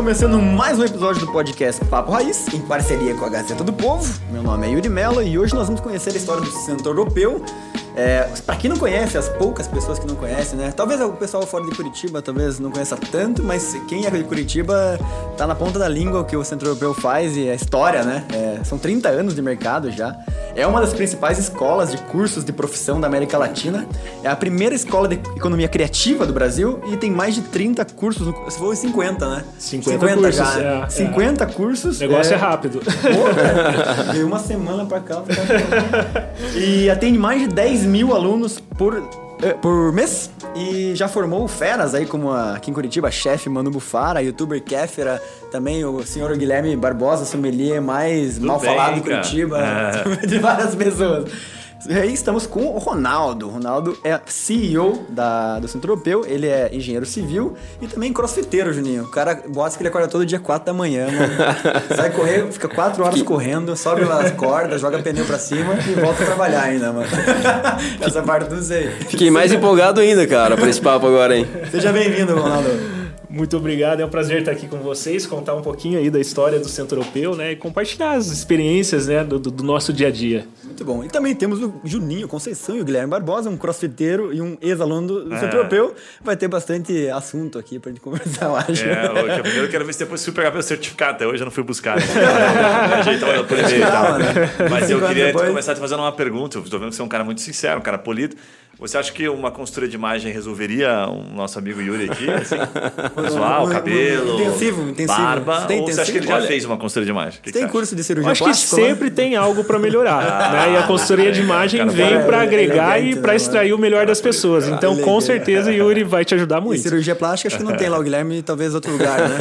começando mais um episódio do podcast Papo Raiz, em parceria com a Gazeta do Povo. Meu nome é Yuri Mello e hoje nós vamos conhecer a história do Centro Europeu. Para quem não conhece, as poucas pessoas que não conhecem, né? Talvez o pessoal fora de Curitiba talvez não conheça tanto, mas quem é de Curitiba tá na ponta da língua o que o Centro Europeu faz e a história, né? São 30 anos de mercado já. É uma das principais escolas de cursos de profissão da América Latina. É a primeira escola de economia criativa do Brasil e tem mais de 30 cursos, se for 50, né? 50 cursos, já. 50 cursos. O negócio é rápido. Pô, cara, veio uma semana pra cá. E atende mais de 10 mil alunos por mês. E já formou feras aí, como aqui em Curitiba, a chefe Manu Bufara, a youtuber Kéfera, também o senhor Guilherme Barbosa, sommelier mais Tudo mal bem, falado de cara. Curitiba, de várias pessoas. E aí estamos com o Ronaldo. O Ronaldo é CEO do Centro Europeu, ele é engenheiro civil e também crossfiteiro, Juninho. O cara gosta que ele acorda todo dia 4 da manhã, mano. Sai correr, fica 4 horas correndo, sobe as cordas, joga pneu pra cima e volta a trabalhar ainda, mano. Essa parte eu não sei. Fiquei mais empolgado ainda, cara, pra esse papo agora, hein? Seja bem-vindo, Ronaldo. Muito obrigado, é um prazer estar aqui com vocês, contar um pouquinho aí da história do Centro Europeu, né, e compartilhar as experiências, né, do nosso dia a dia. Muito bom. E também temos o Juninho Conceição e o Guilherme Barbosa, um crossfiteiro e um ex-aluno do Centro Europeu. Vai ter bastante assunto aqui pra gente conversar, eu acho. Primeiro eu quero ver se depois se eu pegar meu certificado. Até hoje eu não fui buscar. Né? Ajeitava por e-mail e tal. Mas eu queria começar te fazendo uma pergunta. Eu estou vendo que você é um cara muito sincero, um cara polido. Você acha que uma consultoria de imagem resolveria o nosso amigo Yuri aqui? Assim, visual, cabelo, intensivo. barba? Tem ou você acha que ele já Olha, fez uma consultoria de imagem? Que tem você curso de cirurgia Acho que plástica? sempre tem algo para melhorar, né? E a consultoria de imagem cara, vem para agregar elegante, e para né, extrair o melhor das pessoas. Então, com certeza, Yuri vai te ajudar E muito. cirurgia plástica acho que não tem lá o Guilherme, talvez outro lugar, né?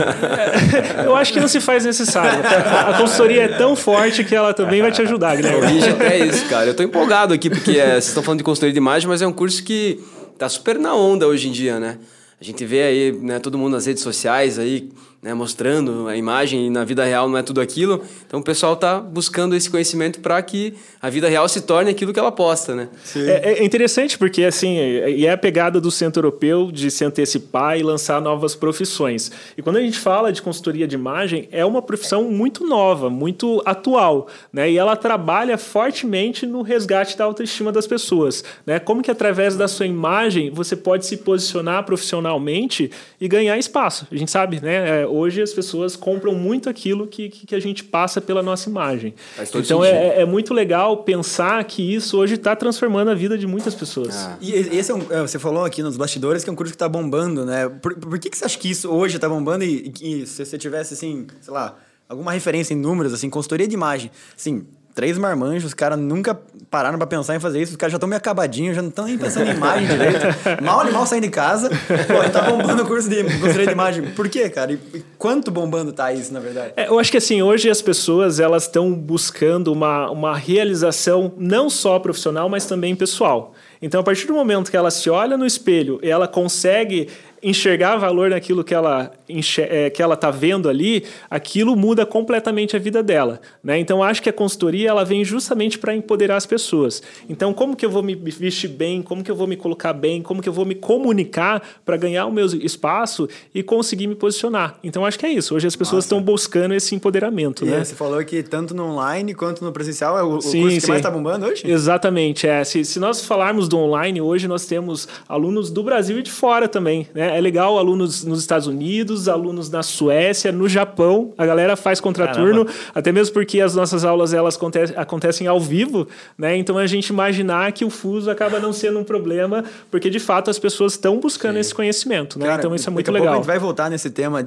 Eu acho que não se faz necessário. A consultoria é tão forte que ela também vai te ajudar, Guilherme. Corrige até isso, cara. Eu tô empolgado aqui, porque vocês estão falando de consultoria de imagem, mas é um curso que tá super na onda hoje em dia, né? A gente vê aí, né, todo mundo nas redes sociais aí, né, mostrando a imagem e na vida real não é tudo aquilo. Então o pessoal tá buscando esse conhecimento para que a vida real se torne aquilo que ela posta, né? É interessante porque, assim, é a pegada do Centro Europeu de se antecipar e lançar novas profissões. E quando a gente fala de consultoria de imagem, é uma profissão muito nova, muito atual, né? E ela trabalha fortemente no resgate da autoestima das pessoas, né? Como que através da sua imagem você pode se posicionar profissionalmente e ganhar espaço. A gente sabe, né? Hoje as pessoas compram muito aquilo que a gente passa pela nossa imagem. Então é muito legal pensar que isso hoje está transformando a vida de muitas pessoas. E esse você falou aqui nos bastidores que é um curso que está bombando, né? Por que você acha que isso hoje está bombando e se você tivesse, assim, sei lá, alguma referência em números, assim, consultoria de imagem, assim... 3 marmanjos, os caras nunca pararam pra pensar em fazer isso. Os caras já estão meio acabadinhos, já não estão nem pensando em imagem direito. Mal saindo de casa. Pô, tá bombando o curso de consultoria de imagem. Por quê, cara? E quanto bombando tá isso, na verdade? Eu acho que assim, hoje as pessoas elas estão buscando uma realização não só profissional, mas também pessoal. Então, a partir do momento que ela se olha no espelho e ela consegue enxergar valor naquilo que ela está vendo ali, aquilo muda completamente a vida dela, né? Então, acho que a consultoria ela vem justamente para empoderar as pessoas. Então, como que eu vou me vestir bem, como que eu vou me colocar bem, como que eu vou me comunicar para ganhar o meu espaço e conseguir me posicionar. Então, acho que é isso. Hoje as pessoas estão buscando esse empoderamento, né? Você falou que tanto no online quanto no presencial é o curso que mais está bombando hoje? Exatamente. Se nós falarmos do online, hoje nós temos alunos do Brasil e de fora também, né? É legal alunos nos Estados Unidos, alunos na Suécia, no Japão. A galera faz contraturno, até mesmo porque as nossas aulas elas acontecem ao vivo, né? Então a gente imaginar que o fuso acaba não sendo um problema, porque de fato as pessoas estão buscando esse conhecimento, né? Cara, então isso é muito legal. A gente vai voltar nesse tema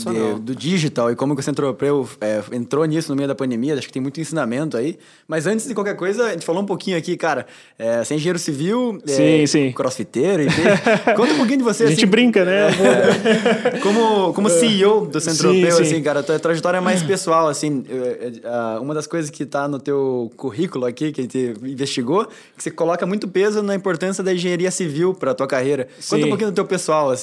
do digital e como que o Centro Europeu entrou nisso no meio da pandemia. Acho que tem muito ensinamento aí. Mas antes de qualquer coisa, a gente falou um pouquinho aqui, cara. Você é engenheiro civil, sim. crossfiteiro. Conta um pouquinho de você. A gente brinca, né? Como CEO do Centro Europeu, assim, cara, a tua trajetória é mais pessoal, assim. Uma das coisas que tá no teu currículo aqui, que a gente investigou, que você coloca muito peso na importância da engenharia civil pra tua carreira. Conta um pouquinho do teu pessoal, assim.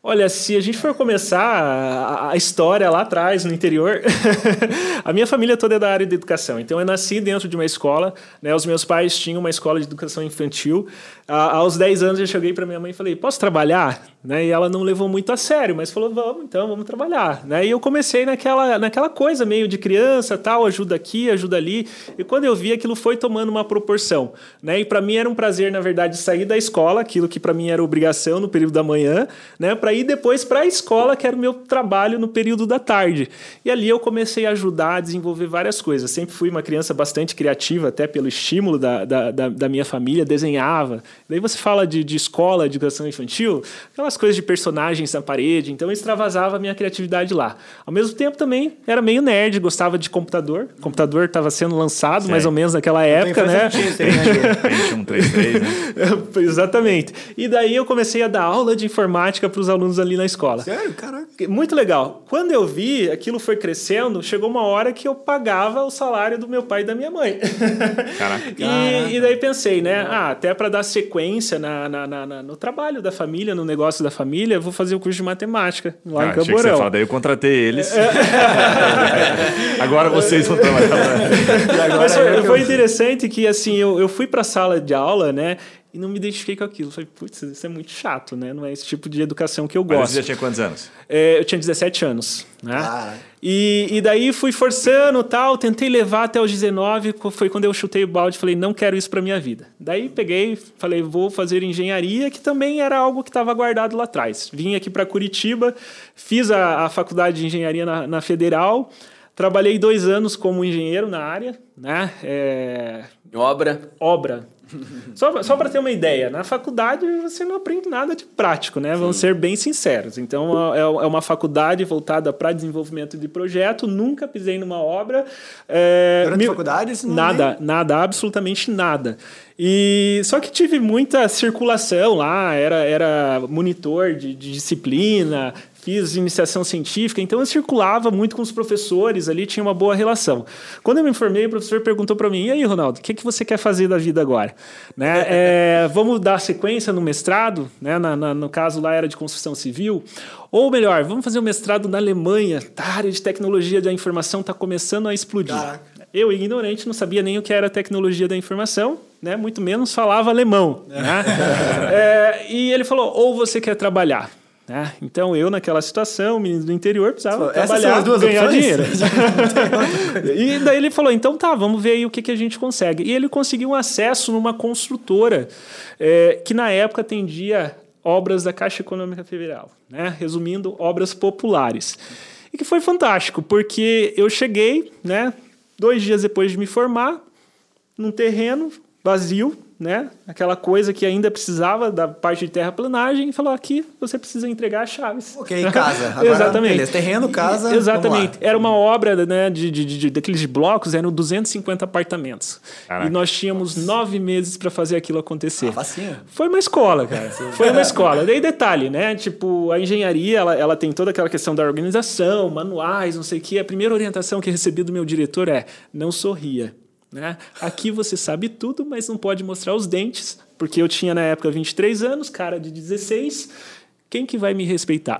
Olha, se a gente for começar a história lá atrás, no interior, a minha família toda é da área de educação. Então, eu nasci dentro de uma escola, né? Os meus pais tinham uma escola de educação infantil. Aos 10 anos, eu cheguei para minha mãe e falei, posso trabalhar? Né? E ela não levou muito a sério, mas falou, vamos trabalhar. Né? E eu comecei naquela coisa meio de criança, tal, ajuda aqui, ajuda ali. E quando eu vi, aquilo foi tomando uma proporção. Né? E para mim era um prazer, na verdade, sair da escola, aquilo que para mim era obrigação no período da manhã, né? Para ir depois para a escola, que era o meu trabalho no período da tarde. E ali eu comecei a ajudar a desenvolver várias coisas. Sempre fui uma criança bastante criativa, até pelo estímulo da minha família, desenhava. Daí você fala de escola, de educação infantil, aquelas coisas de personagens na parede, então eu extravasava a minha criatividade lá. Ao mesmo tempo também era meio nerd, gostava de computador. O computador estava sendo lançado mais ou menos naquela época, né? 2133, né? Exatamente. E daí eu comecei a dar aula de informática para os alunos ali na escola. Sério? Caraca. Muito legal. Quando eu vi, aquilo foi crescendo, chegou uma hora que eu pagava o salário do meu pai e da minha mãe. Caraca. E daí pensei, né? Até para dar sequência no trabalho da família, no negócio da família, eu vou fazer o curso de matemática lá em Camborão. Daí eu contratei eles. Agora vocês vão trabalhar. Mas foi interessante que assim, eu fui para a sala de aula, né? E não me identifiquei com aquilo. Falei, putz, isso é muito chato, né? Não é esse tipo de educação que eu gosto. Mas você já tinha quantos anos? Eu tinha 17 anos, né? E daí fui forçando tal, tentei levar até os 19, foi quando eu chutei o balde e falei, não quero isso para minha vida. Daí peguei, falei, vou fazer engenharia, que também era algo que estava guardado lá atrás. Vim aqui para Curitiba, fiz a faculdade de engenharia na Federal, trabalhei 2 anos como engenheiro na área, né? Obra. Só para ter uma ideia, na faculdade você não aprende nada de prático, né? Vamos ser bem sinceros. Então, é uma faculdade voltada para desenvolvimento de projeto, nunca pisei numa obra. Durante a faculdade? Nada, absolutamente nada. Só que tive muita circulação lá, era monitor de disciplina, fiz iniciação científica, então eu circulava muito com os professores ali, tinha uma boa relação. Quando eu me formei, o professor perguntou para mim, e aí, Ronaldo, o que você quer fazer da vida agora? Né? Vamos dar sequência no mestrado? Né? No caso lá era de construção civil. Ou melhor, vamos fazer um mestrado na Alemanha, a área de tecnologia da informação está começando a explodir. Caraca. Eu, ignorante, não sabia nem o que era tecnologia da informação, né? Muito menos falava alemão. Né? E ele falou, ou você quer trabalhar? Então, eu, naquela situação, menino do interior, precisava trabalhar, ganhar dinheiro. E daí ele falou, então tá, vamos ver aí o que a gente consegue. E ele conseguiu um acesso numa construtora que, na época, atendia obras da Caixa Econômica Federal. Né? Resumindo, obras populares. E que foi fantástico, porque eu cheguei, né, 2 dias depois de me formar, num terreno vazio, né? Aquela coisa que ainda precisava da parte de terraplanagem, e falou, aqui você precisa entregar as chaves. Ok, casa. Agora, exatamente. Beleza, terreno, casa. Exatamente. Era uma obra, né, daqueles blocos, eram 250 apartamentos. Caraca. E nós tínhamos 9 meses para fazer aquilo acontecer. Facinho. Foi uma escola, cara. Foi uma escola. Daí detalhe, né? Tipo, a engenharia, ela tem toda aquela questão da organização, manuais, não sei o quê. A primeira orientação que eu recebi do meu diretor é, não sorria. Né? Aqui você sabe tudo, mas não pode mostrar os dentes, porque eu tinha na época 23 anos, cara de 16, quem que vai me respeitar?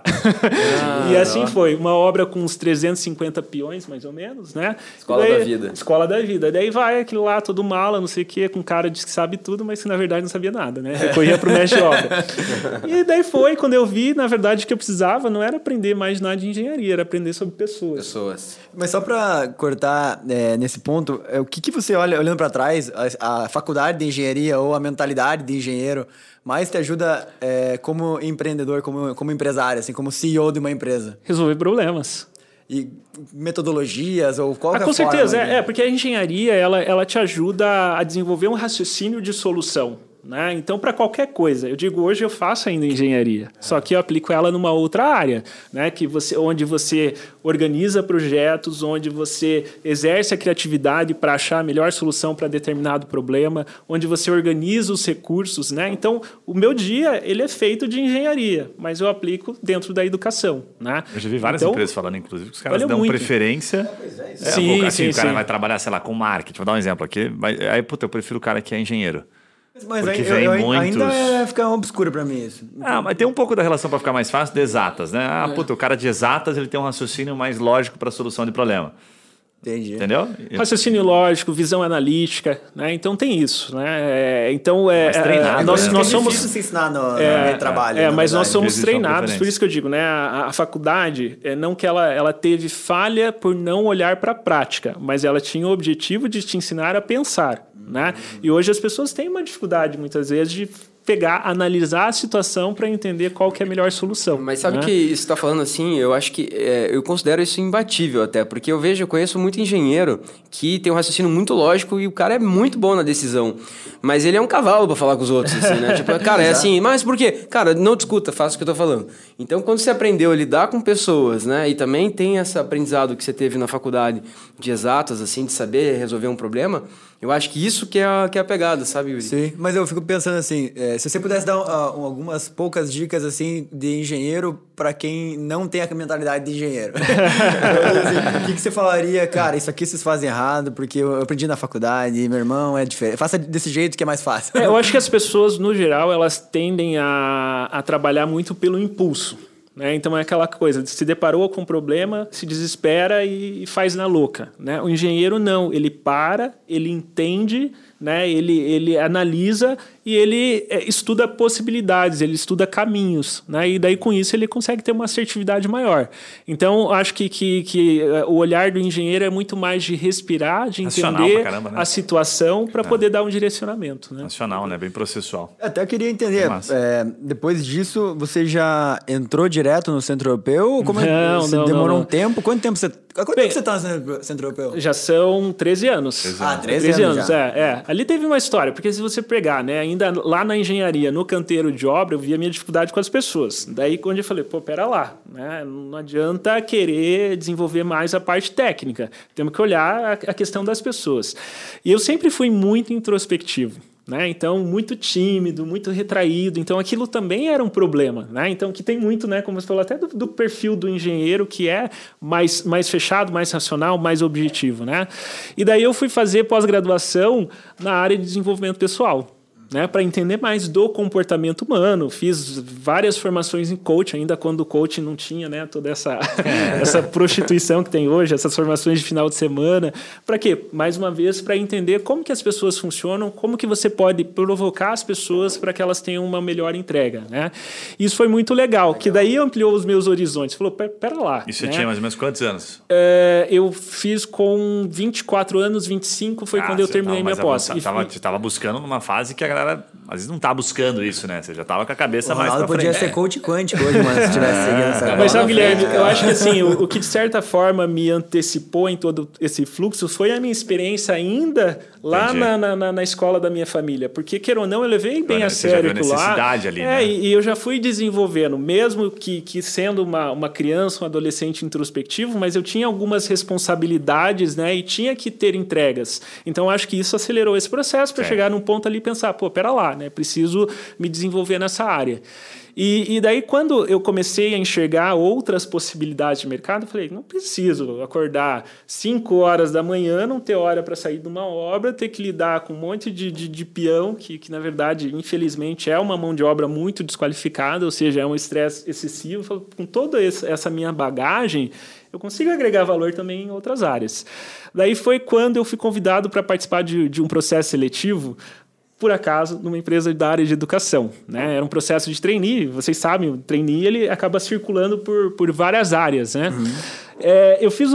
E assim foi, uma obra com uns 350 peões, mais ou menos, né? Escola da vida. Daí vai aquilo lá, todo mala, não sei o quê, com cara de que sabe tudo, mas que na verdade não sabia nada, né? Recorria para o mestre de obra. E daí foi, quando eu vi, na verdade, o que eu precisava não era aprender mais nada de engenharia, era aprender sobre pessoas. Mas só para cortar nesse ponto, o que você olha, olhando para trás, a faculdade de engenharia ou a mentalidade de engenheiro mais te ajuda como empreendedor, como empresário, assim, como CEO de uma empresa? Resolver problemas. E metodologias ou qual que é a com forma? Com certeza, porque a engenharia ela te ajuda a desenvolver um raciocínio de solução. Né? Então, para qualquer coisa, eu digo, hoje eu faço ainda engenharia, só que eu aplico ela numa outra área, né? Onde você organiza projetos, onde você exerce a criatividade para achar a melhor solução para determinado problema, onde você organiza os recursos. Né? Então, o meu dia ele é feito de engenharia, mas eu aplico dentro da educação. Né? Eu já vi várias empresas falando, inclusive, que os caras dão preferência. Sim, o cara vai trabalhar, sei lá, com marketing. Vou dar um exemplo aqui. Aí, eu prefiro o cara que é engenheiro. Mas ainda fica obscuro para mim isso. Mas tem um pouco da relação, para ficar mais fácil, de exatas, né? O cara de exatas ele tem um raciocínio mais lógico para a solução de problema. Entendi. Entendeu? Raciocínio lógico, visão analítica, né? Então tem isso, né? Nós somos difícil se ensinar no trabalho. Mas nós somos treinados, por isso que eu digo, né? A faculdade, não que ela teve falha por não olhar para a prática, mas ela tinha o objetivo de te ensinar a pensar, né? E hoje as pessoas têm uma dificuldade muitas vezes de analisar a situação para entender qual que é a melhor solução. Mas sabe que isso está falando assim, eu acho que eu considero isso imbatível até, porque eu conheço muito engenheiro que tem um raciocínio muito lógico e o cara é muito bom na decisão, mas ele é um cavalo para falar com os outros, assim, né? Tipo, cara, é assim, mas por quê? Cara, não discuta, faça o que eu tô falando. Então, quando você aprendeu a lidar com pessoas, né, e também tem esse aprendizado que você teve na faculdade de exatas, assim, de saber resolver um problema, eu acho que isso que é a pegada, sabe, Yuri? Sim, mas eu fico pensando assim, se você pudesse dar algumas poucas dicas assim de engenheiro para quem não tem a mentalidade de engenheiro. Assim, o que você falaria? Cara, isso aqui vocês fazem errado porque eu aprendi na faculdade, meu irmão é diferente. Faça desse jeito que é mais fácil. Eu acho que as pessoas, no geral, elas tendem a trabalhar muito pelo impulso. Né? Então é aquela coisa, se deparou com um problema, se desespera e faz na louca. Né? O engenheiro não, ele para, ele entende, né? Ele analisa e ele estuda possibilidades, ele estuda caminhos. Né? E daí com isso ele consegue ter uma assertividade maior. Então acho que o olhar do engenheiro é muito mais de respirar, de entender a situação para poder dar um direcionamento. Né? Racional, né? Bem processual. Até queria entender, depois disso você já entrou direto no Centro Europeu? Não, demorou um tempo? Quanto tempo você está no Centro Europeu? Já são 13 anos. 13 anos já. Ali teve uma história, porque se você pegar, né, ainda lá na engenharia, no canteiro de obra, eu via a minha dificuldade com as pessoas. Daí quando eu falei, pera lá, né, não adianta querer desenvolver mais a parte técnica. Temos que olhar a questão das pessoas. E eu sempre fui muito introspectivo. Né? Então, muito tímido, muito retraído. Então, aquilo também era um problema. Né? Então, que tem muito, né, como você falou, até do perfil do engenheiro, que é mais fechado, mais racional, mais objetivo. Né? E daí eu fui fazer pós-graduação na área de desenvolvimento pessoal. Né, para entender mais do comportamento humano. Fiz várias formações em coaching, ainda quando o coaching não tinha, né, toda essa prostituição que tem hoje, essas formações de final de semana. Para quê? Mais uma vez, para entender como que as pessoas funcionam, como que você pode provocar as pessoas para que elas tenham uma melhor entrega. Né? Isso foi muito legal, que daí ampliou os meus horizontes. Falou, pera lá. E você tinha mais ou menos quantos anos? Eu fiz com 24 anos, 25 foi quando eu terminei minha pós. Você estava buscando numa fase que a galera às vezes não tá buscando isso, né? Você já tava com a cabeça mais pra frente. Podia ser coach quântico hoje, mas se tivesse seguido essa... Mas sabe, Guilherme, eu acho que assim, o que de certa forma me antecipou em todo esse fluxo foi a minha experiência ainda lá na escola da minha família. Porque, queira ou não, eu levei bem a sério aquilo lá. Necessidade ali, né? E eu já fui desenvolvendo, mesmo que sendo uma criança, um adolescente introspectivo, mas eu tinha algumas responsabilidades, né? E tinha que ter entregas. Então, acho que isso acelerou esse processo para chegar num ponto ali e pensar, pera lá, né? Preciso me desenvolver nessa área. E daí, quando eu comecei a enxergar outras possibilidades de mercado, eu falei, não preciso acordar 5 horas da manhã, não ter hora para sair de uma obra, ter que lidar com um monte de peão, que na verdade, infelizmente, é uma mão de obra muito desqualificada, ou seja, é um estresse excessivo. Com toda essa minha bagagem, eu consigo agregar valor também em outras áreas. Daí foi quando eu fui convidado para participar de um processo seletivo, por acaso, numa empresa da área de educação. Né? Era um processo de trainee, vocês sabem, o trainee ele acaba circulando por várias áreas. Né? Uhum. Eu fiz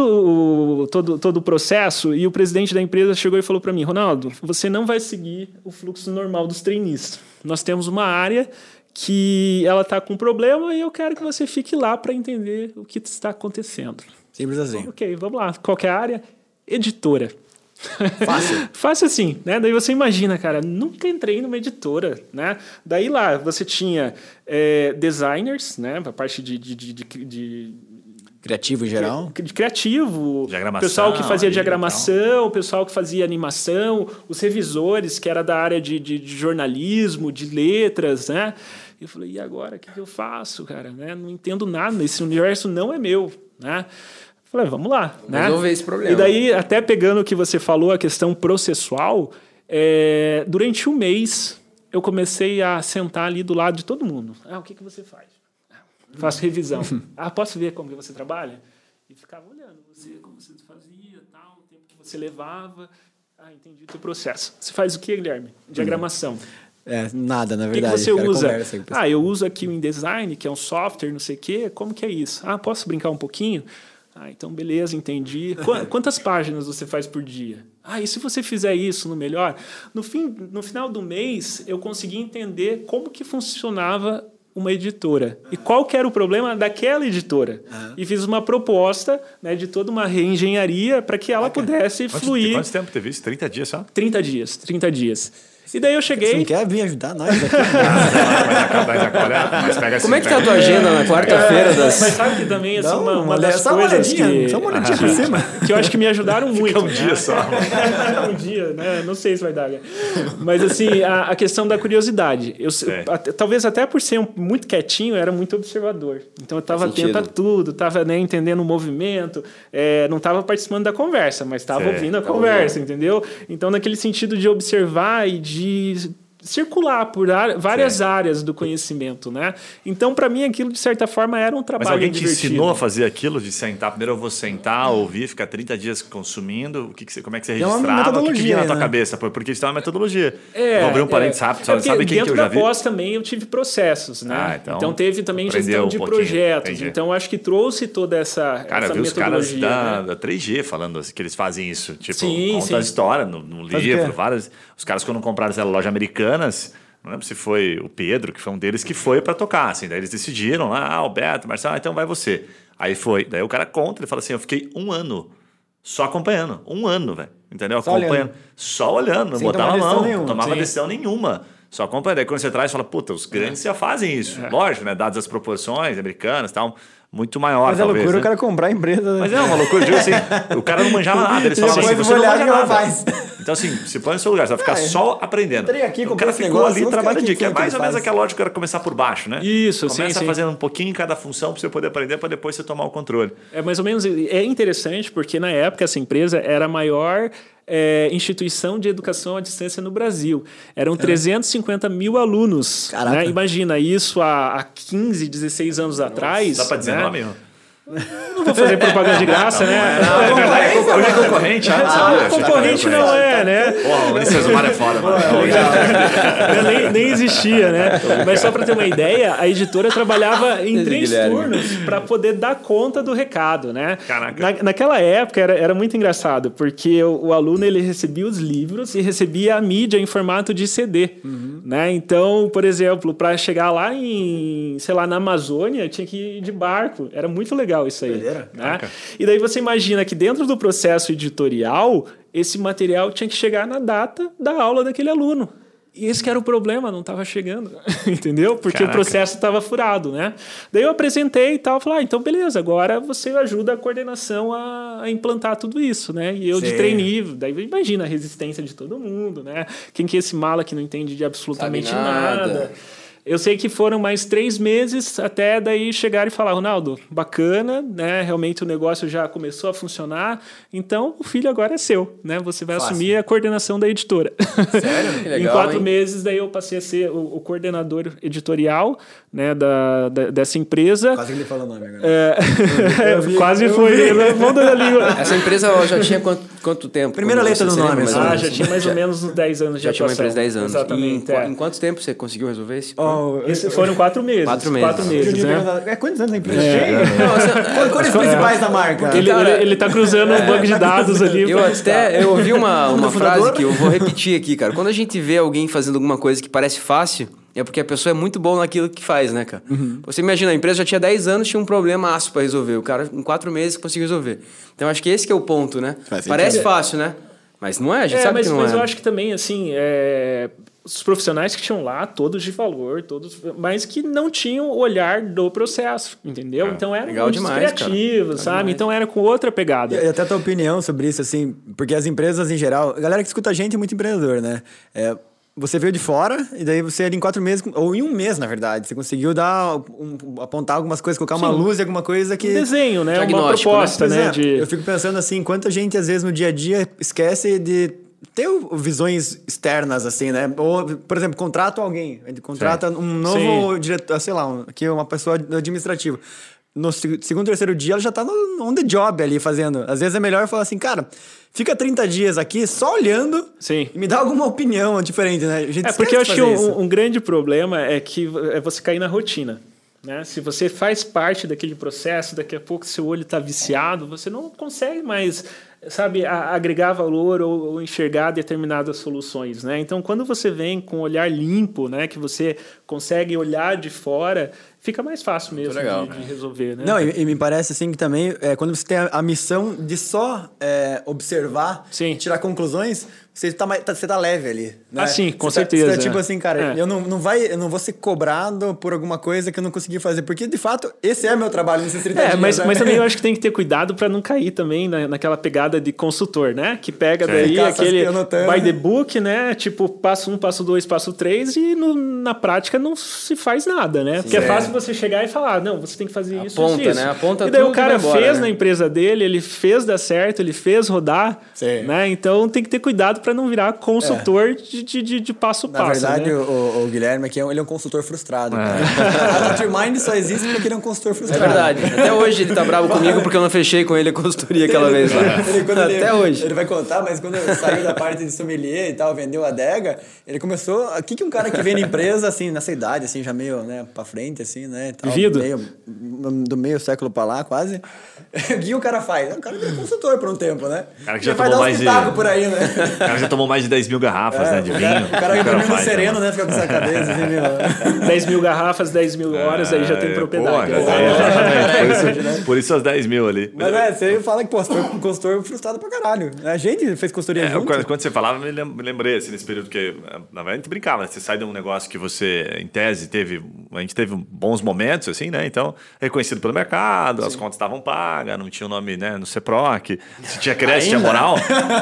todo o processo e o presidente da empresa chegou e falou para mim, Ronaldo, você não vai seguir o fluxo normal dos trainees. Nós temos uma área que ela está com problema e eu quero que você fique lá para entender o que está acontecendo. Simples assim. Ok, vamos lá. Qual que é a área? Editora. Fácil. Fácil assim, né? Daí você imagina, cara, nunca entrei numa editora, né? Daí lá você tinha designers, né? A parte de criativo em geral? De criativo, pessoal que fazia diagramação, o pessoal que fazia animação, os revisores, que era da área de jornalismo, de letras, né? E eu falei, e agora? O que eu faço, cara? Né? Não entendo nada, esse universo não é meu, né? Falei, vamos lá. Né? Resolver esse problema. E daí, até pegando o que você falou, a questão processual, durante um mês eu comecei a sentar ali do lado de todo mundo. O que você faz? Faço revisão. Posso ver como que você trabalha? E ficava olhando como você fazia, tal, o tempo que você levava. Entendi o teu processo. Você faz o que, Guilherme? Diagramação. Nada, na verdade. O que você usa? Eu uso aqui o InDesign, que é um software, não sei o quê. Como que é isso? Posso brincar um pouquinho? Então beleza, entendi. Quantas páginas você faz por dia? E se você fizer isso no melhor? No final do mês, eu consegui entender como que funcionava uma editora. E qual que era o problema daquela editora. E fiz uma proposta, né, de toda uma reengenharia para que ela pudesse fluir. Quanto tempo teve isso? 30 dias só? 30 dias. E daí eu cheguei... Você não quer vir ajudar nós aqui? Como é que tá a tua agenda na quarta-feira das... Mas sabe que também, assim, uma das coisas que... Só uma olhadinha por cima. Que eu acho que me ajudaram muito. Fica um dia só. Um dia, né? Não sei se vai dar. Mas, assim, a questão da curiosidade. Talvez até por ser muito quietinho, eu era muito observador. Então, eu estava atento a tudo, estava, né, entendendo o movimento, não estava participando da conversa, mas estava ouvindo a conversa, entendeu? Então, naquele sentido de observar e de circular por várias áreas do conhecimento, né? Então, para mim, aquilo, de certa forma, era um trabalho divertido. Mas alguém te ensinou a fazer aquilo, de sentar? Primeiro eu vou sentar, ouvir, ficar 30 dias consumindo. Como é que você registrava? O que vinha na tua cabeça? Porque isso é uma metodologia. Vou abrir um parênteses rápido. Sabe quem que eu já vi? Dentro da pós também eu tive processos, né? Então teve também gestão de projetos. Entendi. Então, acho que trouxe toda essa eu vi os caras da 3G falando assim, que eles fazem isso. Tipo, conta a história no livro. Os caras, quando compraram essa loja americana, não lembro se foi o Pedro, que foi um deles, que foi para tocar, assim, daí eles decidiram lá, o Beto, Marcelo, então vai você. Aí foi, daí o cara conta, ele fala assim, eu fiquei 1 ano só acompanhando, 1 ano, velho, entendeu? Só olhando, não botava a mão, tomava decisão nenhuma, só acompanhando. Daí quando você traz, fala, puta, os grandes já fazem isso, lógico, né, dadas as proproporções americanas e tal, muito maior, mas talvez. Mas é loucura, né? O cara comprar a empresa. Mas é uma loucura, digo assim, o cara não manjava nada, eles falavam assim, você não manja nada. Então, assim, se põe no seu lugar, você vai ficar só aprendendo. Aqui, o cara ficou ali trabalhando, que é mais ou menos aquela lógica que era começar por baixo, né? Isso, Começa fazendo um pouquinho em cada função para você poder aprender, para depois você tomar o controle. É mais ou menos, é interessante, porque na época essa empresa era a maior instituição de educação à distância no Brasil. Eram 350 mil alunos. Né? Imagina, isso há 15, 16 anos atrás. Dá para dizer nome? Não vou fazer propaganda de graça, né? É verdade, hoje é concorrente. Concorrente não é, né? O Ulisses Zumar é foda, mano. Nem existia, né? Mas só para ter uma ideia, a editora trabalhava em 3 turnos para poder dar conta do recado, né? Caraca. Naquela época era muito engraçado, porque o aluno ele recebia os livros e recebia a mídia em formato de CD. Né? Então, por exemplo, para chegar lá na Amazônia, tinha que ir de barco. Era muito legal isso aí. Né? E daí você imagina que dentro do processo editorial, esse material tinha que chegar na data da aula daquele aluno. E esse que era o problema, não estava chegando, entendeu? Porque o processo estava furado, né? Daí eu apresentei e tal, falei, então beleza, agora você ajuda a coordenação a implantar tudo isso, né? E eu de trainee, daí imagina a resistência de todo mundo, né? Quem que é esse mala que não entende de absolutamente nada. Eu sei que foram mais 3 meses até daí chegar e falar, Ronaldo, bacana, né? Realmente o negócio já começou a funcionar, então o filho agora é seu, né? Você vai assumir a coordenação da editora. Sério? Que legal, em 4 meses daí eu passei a ser o coordenador editorial, né, dessa empresa. Quase que ele falou o nome agora. Quase foi. Essa empresa já tinha quanto tempo? Primeira letra do nome. Já tinha mais ou menos 10 anos de atuação. Já tinha uma empresa 10 anos. Exatamente. Em quanto tempo você conseguiu resolver isso? Foram 4 meses. 4 meses. 4 meses, né? Quantos anos a empresa tem? Quais os principais da marca? Ele tá cruzando um banco de dados ali. Eu ouvi uma frase que eu vou repetir aqui, cara. Quando a gente vê alguém fazendo alguma coisa que parece fácil, é porque a pessoa é muito boa naquilo que faz, né, cara? Você imagina, a empresa já tinha 10 anos, tinha um problema aço para resolver. O cara, em 4 meses, conseguiu resolver. Então, acho que esse que é o ponto, né? Parece fácil, né? Mas não é, a gente sabe que não é. Mas eu acho que também, assim, os profissionais que tinham lá, todos de valor, mas que não tinham o olhar do processo, entendeu? Então eram muito criativos, sabe? Demais. Então era com outra pegada. E até a tua opinião sobre isso, assim, porque as empresas em geral, a galera que escuta a gente é muito empreendedor, né? Você veio de fora e daí você em 4 meses, ou em 1 mês, na verdade, você conseguiu apontar algumas coisas, colocar uma luz e alguma coisa que... Um desenho, né? Uma proposta, né? Eu fico pensando assim, quanta gente às vezes no dia a dia esquece de ter visões externas, assim, né? Ou, por exemplo, contrata alguém, contrata um novo diretor, sei lá, uma pessoa administrativa. No segundo, terceiro dia, ela já tá on the job ali fazendo. Às vezes é melhor falar assim, cara, fica 30 dias aqui só olhando e me dá alguma opinião diferente, né? Porque eu acho que um grande problema é você cair na rotina. Né? Se você faz parte daquele processo, daqui a pouco seu olho está viciado, você não consegue mais, sabe, agregar valor ou enxergar determinadas soluções, né? Então, quando você vem com um olhar limpo, né, que você consegue olhar de fora, fica mais fácil mesmo de resolver, né? Não, e me parece assim que também, quando você tem a missão de só observar, tirar conclusões, você tá leve ali, né? Sim, com certeza. Tipo assim, cara, eu não vou ser cobrado por alguma coisa que eu não consegui fazer, porque de fato esse é meu trabalho nesses 30 dias. Mas também eu acho que tem que ter cuidado para não cair também naquela pegada de consultor, né? Que pega daí aquele by the book, né? Tipo, passo 1, passo 2, passo 3 e na prática não se faz nada, né? Porque é fácil você chegar e falar, não, você tem que fazer isso, isso. Né? Aponta e daí tudo o cara fez né? na empresa dele, ele fez dar certo, ele fez rodar, né? Então tem que ter cuidado para não virar consultor de passo a passo. Na verdade, né? o Guilherme aqui, ele é um consultor frustrado. A Mastermind só existe porque ele é um consultor frustrado. É verdade. Até hoje ele tá bravo comigo porque eu não fechei com ele a consultoria aquela vez lá. Até hoje. Ele vai contar, mas quando ele saiu da parte de sommelier e tal, vendeu a adega, ele começou... O que um cara que vem na empresa, assim, nessa idade, assim, já meio, né, pra frente, assim, né? Tal, do meio século pra lá, quase. O que o cara faz? O cara é consultor por um tempo, né? O cara que já tomou mais de... por aí, né? O cara já tomou mais de 10 mil garrafas, né, de vinho. O cara dorme no sereno, né? Fica com essa cabeça, assim, meu... 10 mil garrafas, 10 mil horas, aí já tem propriedade. Exatamente. Por isso as 10 mil ali. Mas você fala que, você foi um consultor frustrado pra caralho. A gente fez consultoria junto. Quando você falava, me lembrei, assim, nesse período que, na verdade, a gente brincava, né? Você sai de um negócio que você, em tese, a gente teve bons momentos, assim, né? Então, reconhecido pelo mercado, as contas estavam pagas, não tinha o nome, né, no CEPROC, se tinha crédito, tinha moral,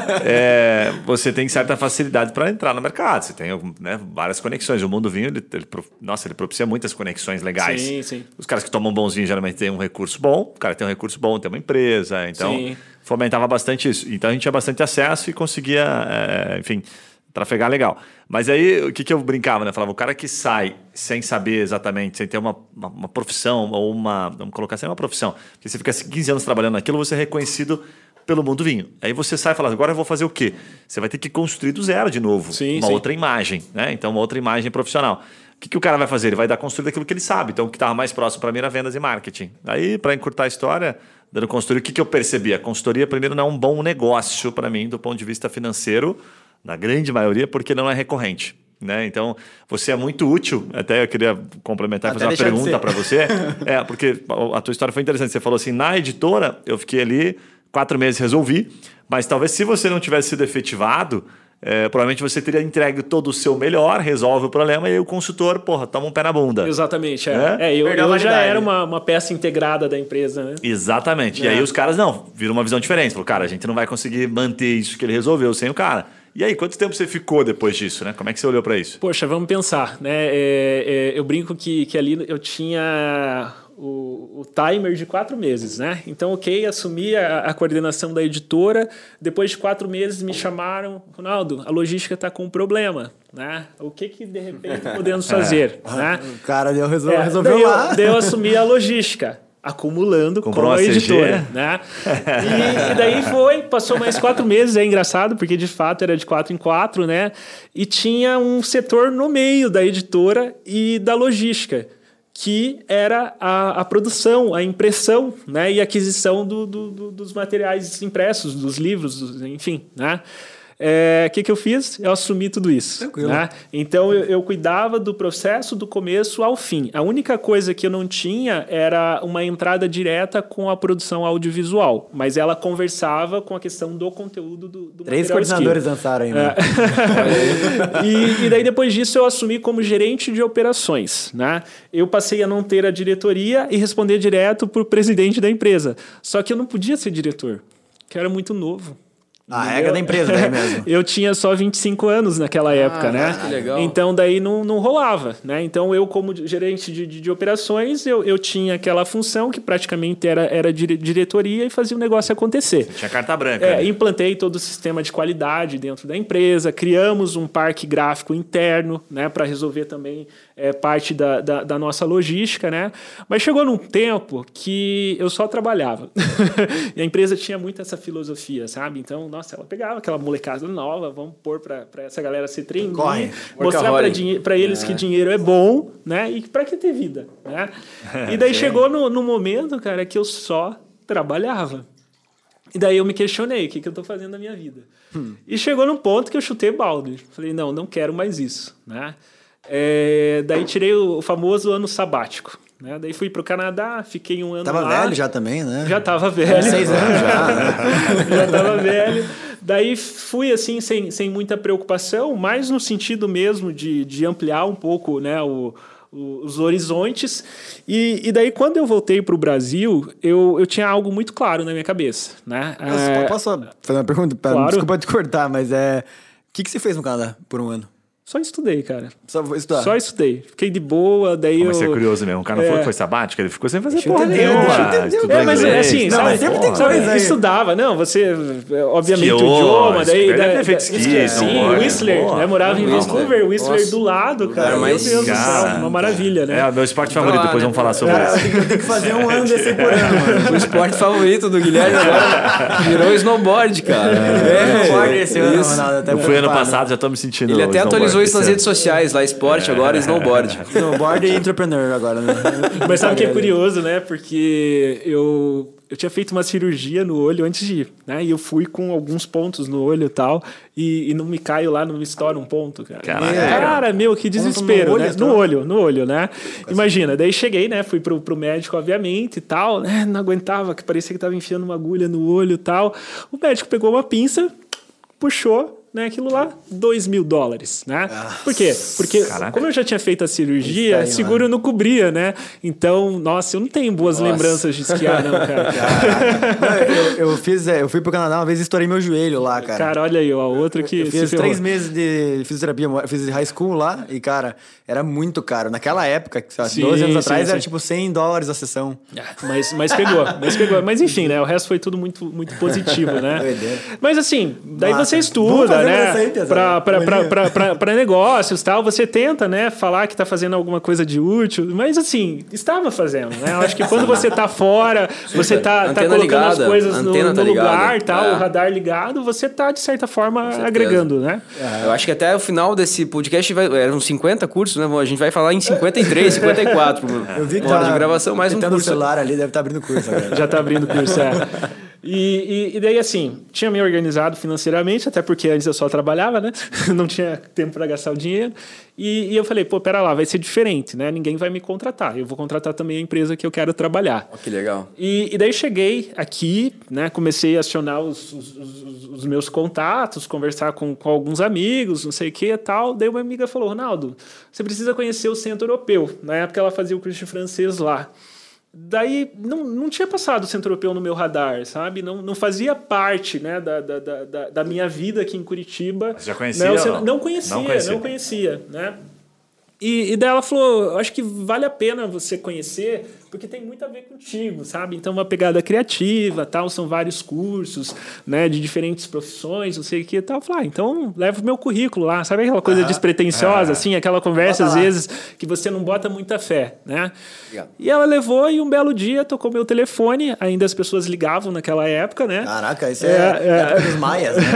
você tem certa facilidade para entrar no mercado. Você tem, né, várias conexões. O Mundo Vinho, ele propicia muitas conexões legais. Sim. Os caras que tomam bons vinhos geralmente têm um recurso bom, o cara tem um recurso bom, tem uma empresa, então fomentava bastante isso. Então a gente tinha bastante acesso e conseguia, enfim, trafegar legal. Mas aí, o que eu brincava, né? Falava, o cara que sai sem saber exatamente, sem ter uma profissão, ou vamos colocar assim, uma profissão, porque você fica 15 anos trabalhando naquilo, você é reconhecido pelo Mundo Vinho. Aí você sai e fala, agora eu vou fazer o quê? Você vai ter que construir do zero de novo outra imagem, né? Então, uma outra imagem profissional. O que o cara vai fazer? Ele vai dar construir daquilo que ele sabe. Então, o que estava mais próximo para mim era vendas e marketing. Aí, para encurtar a história, dando consultoria, o que eu percebi? A consultoria, primeiro, não é um bom negócio para mim, do ponto de vista financeiro, na grande maioria, porque não é recorrente. Né? Então, você é muito útil. Até eu queria complementar e fazer uma pergunta para você. Porque a tua história foi interessante. Você falou assim, na editora, eu fiquei ali 4 meses, resolvi. Mas talvez se você não tivesse sido efetivado, provavelmente você teria entregue todo o seu melhor, resolve o problema, e aí o consultor, toma um pé na bunda. Exatamente. Eu já era uma peça integrada da empresa, né? Exatamente. E aí os caras, viram uma visão diferente. Falaram, cara, a gente não vai conseguir manter isso que ele resolveu sem o cara. E aí, quanto tempo você ficou depois disso, né? Como é que você olhou para isso? Poxa, vamos pensar, né? Eu brinco que ali eu tinha o timer de 4 meses, né? Então, assumi a coordenação da editora. Depois de 4 meses me chamaram, Ronaldo, a logística está com um problema, né? O que de repente podemos fazer? Né? O cara resolveu lá. Daí eu assumi a logística, acumulando com a editora, né? E daí passou mais 4 meses, é engraçado, porque de fato era de 4 em 4, né? E tinha um setor no meio da editora e da logística, que era a produção, a impressão, né? E a aquisição dos materiais impressos, dos livros, enfim, né? Que eu fiz? Eu assumi tudo isso. Tranquilo. Né? Então, eu cuidava do processo do começo ao fim. A única coisa que eu não tinha era uma entrada direta com a produção audiovisual, mas ela conversava com a questão do conteúdo do 3 coordenadores lançaram aí, né? E daí, depois disso, eu assumi como gerente de operações. Né? Eu passei a não ter a diretoria e responder direto para o presidente da empresa. Só que eu não podia ser diretor, que eu era muito novo. A regra da empresa, daí mesmo. Eu tinha só 25 anos naquela época, né? Que legal. Então, daí não rolava, né? Então, eu como gerente de operações, eu tinha aquela função que praticamente era diretoria e fazia o negócio acontecer. Você tinha carta branca. Implantei todo o sistema de qualidade dentro da empresa, criamos um parque gráfico interno, né? Para resolver também parte da nossa logística, né? Mas chegou num tempo que eu só trabalhava. E a empresa tinha muito essa filosofia, sabe? Então, nossa, ela pegava aquela molecada nova, vamos pôr para essa galera se treinar, mostrar para eles que dinheiro é bom, né? E para que ter vida, né? E daí chegou no momento, cara, que eu só trabalhava. E daí eu me questionei, o que eu estou fazendo na minha vida? E chegou num ponto que eu chutei balde. Falei, não quero mais isso, né? Daí tirei o famoso ano sabático. Né? Daí fui para o Canadá, fiquei um ano lá. Tava velho já também, né? Já tava velho. 6 anos já. Né? Já tava velho. Daí fui assim, sem muita preocupação, mais no sentido mesmo de ampliar um pouco, né, os horizontes. E daí, quando eu voltei para o Brasil, eu tinha algo muito claro na minha cabeça. Né? Posso fazer uma pergunta? Claro. Desculpa te cortar, mas o que você fez no Canadá por um ano? Só estudei, cara. Só estudar? Só estudei. Fiquei de boa, daí Mas você é curioso mesmo. O cara não falou que foi sabático, ele ficou sem fazer Deixa eu porra entender, nenhuma. deixa eu entender. Mas inglês. assim, Não, mas sempre tem coisa aí. Estudava. Não, você, obviamente, Esquiou, o idioma. Daí, deve ter feito esqui, sim, Whistler, né? Morava em Vancouver, Whistler do lado, cara. Meu Deus do céu, uma maravilha, né? É o meu esporte favorito, depois vamos falar sobre isso. Eu tenho que fazer um ano desse por ano, mano. O esporte favorito do Guilherme agora virou snowboard, cara. Snowboard esse ano, Ronaldo. Eu fui ano passado, já tô me sentindo. Ele até atualizou isso nas redes sociais, lá esporte, agora snowboard. Snowboard e entrepreneur agora, né? Mas sabe o que é curioso, né? Porque eu tinha feito uma cirurgia no olho antes de ir, né? E eu fui com alguns pontos no olho e tal, e não me caio lá, não me estoura um ponto, cara. Cara, que desespero, olho, né? No olho, né? Imagina, daí cheguei, né? Fui pro médico, obviamente, e tal, né? Não aguentava, que parecia que tava enfiando uma agulha no olho e tal. O médico pegou uma pinça, puxou, né, aquilo lá, $2.000, né? Por quê? Porque como eu já tinha feito a cirurgia, seguro não cobria, né? Então, nossa, eu não tenho boas lembranças de esquiar, não, cara. Eu fui pro Canadá uma vez e estourei meu joelho lá, cara. Cara, olha aí, a outra que... Eu fiz 3 meses de fisioterapia, fiz high school lá e, cara, era muito caro. Naquela época, 12 anos atrás, era tipo $100 a sessão. Mas pegou. Mas enfim, né? O resto foi tudo muito, muito positivo, né? Mas assim, daí você estuda, né? Para negócios, tal, você tenta, né, falar que está fazendo alguma coisa de útil, mas assim, estava fazendo, né? Eu acho que quando você está fora, você está colocando ligada, as coisas no lugar, tal, o radar ligado, você está de certa forma agregando, né? Eu acho que até o final desse podcast eram 50 cursos, né? A gente vai falar em 53, 54. Eu vi que de gravação, mais um curso. No celular ali, deve estar abrindo curso agora. Já está abrindo curso, E daí, assim, tinha me organizado financeiramente, até porque antes eu só trabalhava, né? Não tinha tempo para gastar o dinheiro. E eu falei, pera lá, vai ser diferente, né? Ninguém vai me contratar. Eu vou contratar também a empresa que eu quero trabalhar. Que legal. E daí cheguei aqui, né? Comecei a acionar os meus contatos, conversar com alguns amigos, não sei o que e tal. Daí uma amiga falou, Ronaldo, você precisa conhecer o Centro Europeu. Na época ela fazia o curso de francês lá. Daí não tinha passado o Centro Europeu no meu radar, sabe? Não fazia parte, né, da minha vida aqui em Curitiba. Você já conhecia? Né? Não conhecia, né? E daí ela falou, acho que vale a pena você conhecer, porque tem muito a ver contigo, sabe? Então, uma pegada criativa, tal, são vários cursos, né, de diferentes profissões, não sei o que e tal. Eu falei, então, leva o meu currículo lá, sabe aquela coisa despretensiosa, assim, aquela conversa, às vezes, que você não bota muita fé, né? Legal. E ela levou e um belo dia tocou meu telefone, ainda as pessoas ligavam naquela época, né? Caraca, isso é dos maias, né?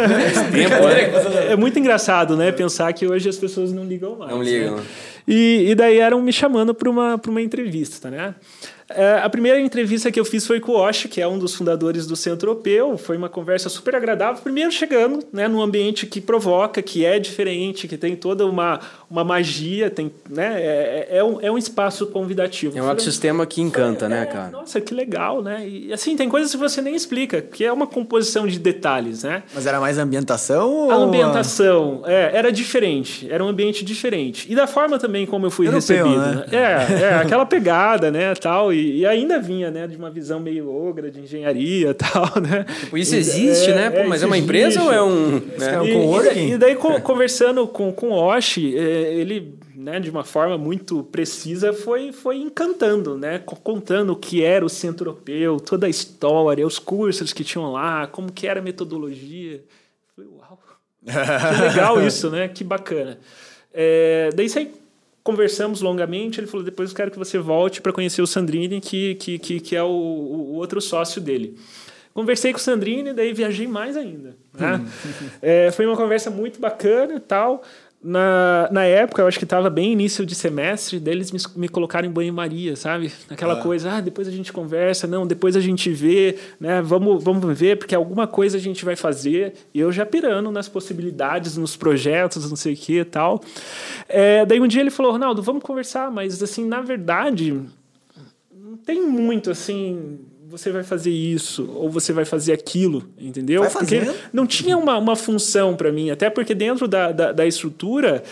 É muito engraçado, né, pensar que hoje as pessoas não ligam mais. Não ligam. Né? E daí eram me chamando para uma entrevista, né? A primeira entrevista que eu fiz foi com o Osh, que é um dos fundadores do Centro Europeu. Foi uma conversa super agradável. Primeiro chegando, né, num ambiente que provoca, que é diferente, que tem toda uma magia, tem, né, é um espaço convidativo. É um ecossistema que encanta, né, cara? Nossa, que legal, né? E assim, tem coisas que você nem explica, que é uma composição de detalhes, né? Mas era mais ambientação? A ambientação era diferente, era um ambiente diferente. E da forma também também como eu fui europeu, recebido. Né? Aquela pegada, né, tal, e ainda vinha, né, de uma visão meio ogra de engenharia, tal, né? Tipo, isso existe, né? Pô, mas é uma empresa ou é um... E daí, conversando com o Oshi, ele, né, de uma forma muito precisa, foi encantando, né? Contando o que era o Centro Europeu, toda a história, os cursos que tinham lá, como que era a metodologia. Eu falei, uau, que legal isso, né? Que bacana. Daí conversamos longamente, ele falou, depois eu quero que você volte para conhecer o Sandrini, que é o outro sócio dele. Conversei com o Sandrini, daí viajei mais ainda. Né? Foi uma conversa muito bacana e tal. Na época, eu acho que estava bem início de semestre, daí eles me colocaram em banho-maria, sabe? Aquela coisa, depois a gente conversa, não, depois a gente vê, né? Vamos ver, porque alguma coisa a gente vai fazer. E eu já pirando nas possibilidades, nos projetos, não sei o que e tal. Daí um dia ele falou, Ronaldo, vamos conversar, mas assim, na verdade, não tem muito assim... você vai fazer isso, ou você vai fazer aquilo, entendeu? Vai fazer. Porque não tinha uma função para mim, até porque dentro da estrutura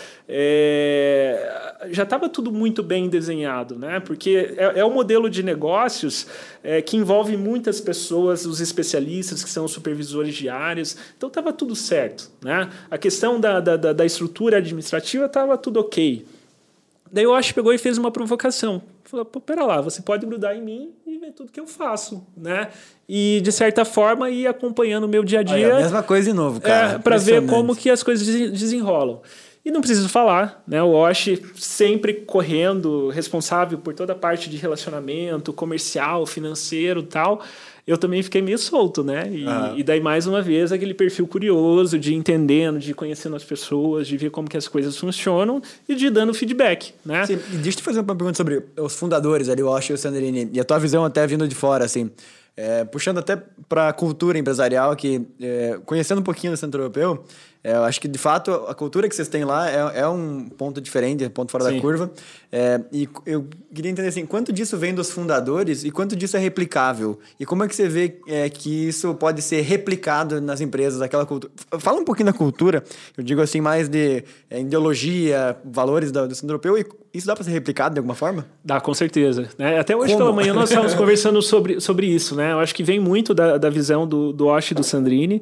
já estava tudo muito bem desenhado, né? Porque é um modelo de negócios que envolve muitas pessoas, os especialistas, que são os supervisores de áreas, então estava tudo certo, né? A questão da estrutura administrativa estava tudo ok. Daí o Oshi pegou e fez uma provocação. Falou, pô, pera lá, você pode grudar em mim e ver tudo que eu faço, né? E, de certa forma, ir acompanhando o meu dia a dia. A mesma coisa de novo, cara. Para ver como que as coisas desenrolam. E não preciso falar, né? O Oshi sempre correndo, responsável por toda a parte de relacionamento, comercial, financeiro e tal. Eu também fiquei meio solto, né? E daí, mais uma vez, aquele perfil curioso de entendendo, de conhecendo as pessoas, de ver como que as coisas funcionam e de dando feedback, né? Sim, e deixa eu te fazer uma pergunta sobre os fundadores ali, o Oshi e o Sandrini, e a tua visão até vindo de fora, assim, puxando até para a cultura empresarial, que conhecendo um pouquinho do Centro Europeu, eu acho que, de fato, a cultura que vocês têm lá é um ponto diferente, ponto fora da curva. E eu queria entender assim, quanto disso vem dos fundadores e quanto disso é replicável? E como é que você vê que isso pode ser replicado nas empresas, aquela cultura? Fala um pouquinho da cultura, eu digo assim, mais de ideologia, valores do Centro Europeu, e isso dá para ser replicado de alguma forma? Dá, com certeza. Né? Até hoje pela manhã nós estávamos conversando sobre isso, né? Eu acho que vem muito da visão do Oshi e do Sandrini,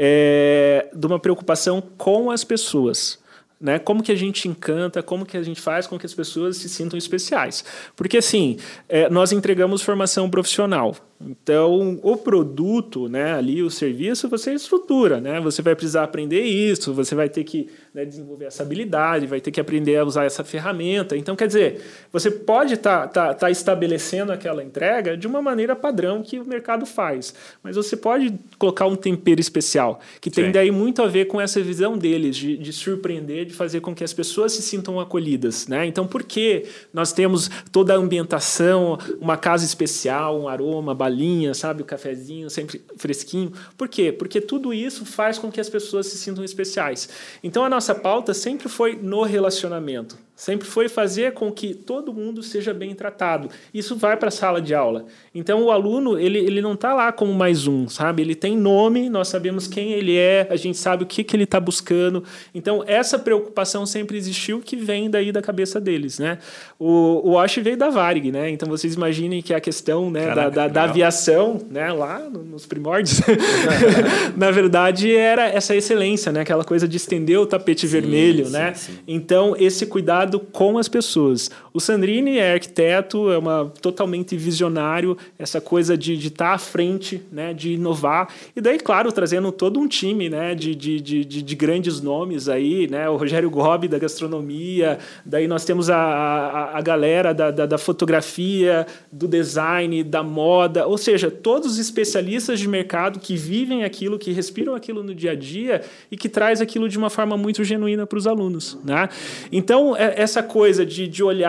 de uma preocupação com as pessoas, né? Como que a gente encanta, como que a gente faz com que as pessoas se sintam especiais. Porque, assim, nós entregamos formação profissional. Então, o produto, né, ali, o serviço, você estrutura, né? Você vai precisar aprender isso, você vai ter que, né, desenvolver essa habilidade, vai ter que aprender a usar essa ferramenta. Então, quer dizer, você pode tá estabelecendo aquela entrega de uma maneira padrão que o mercado faz, mas você pode colocar um tempero especial, que tem daí muito a ver com essa visão deles, de surpreender, de fazer com que as pessoas se sintam acolhidas, né? Então, por que nós temos toda a ambientação, uma casa especial, um aroma, balinha, sabe, o cafezinho sempre fresquinho? Por quê? Porque tudo isso faz com que as pessoas se sintam especiais. Então, a nossa pauta sempre foi no relacionamento. Sempre foi fazer com que todo mundo seja bem tratado. Isso vai para a sala de aula. Então, o aluno, ele não está lá como mais um, sabe? Ele tem nome, nós sabemos quem ele é, a gente sabe o que ele está buscando. Então, essa preocupação sempre existiu, que vem daí da cabeça deles, né? O Oshi veio da Varig, né? Então, vocês imaginem que a questão, né, da aviação, né, lá nos primórdios, na verdade, era essa excelência, né? Aquela coisa de estender o tapete vermelho, né? Sim. Então, esse cuidado com as pessoas. O Sandrini é arquiteto, totalmente visionário, essa coisa de estar à frente, né, de inovar. E daí, claro, trazendo todo um time, né, de grandes nomes aí, né, o Rogério Gobi da gastronomia, daí nós temos a galera da fotografia, do design, da moda, ou seja, todos os especialistas de mercado que vivem aquilo, que respiram aquilo no dia a dia e que traz aquilo de uma forma muito genuína para os alunos, né? Então, essa coisa de olhar,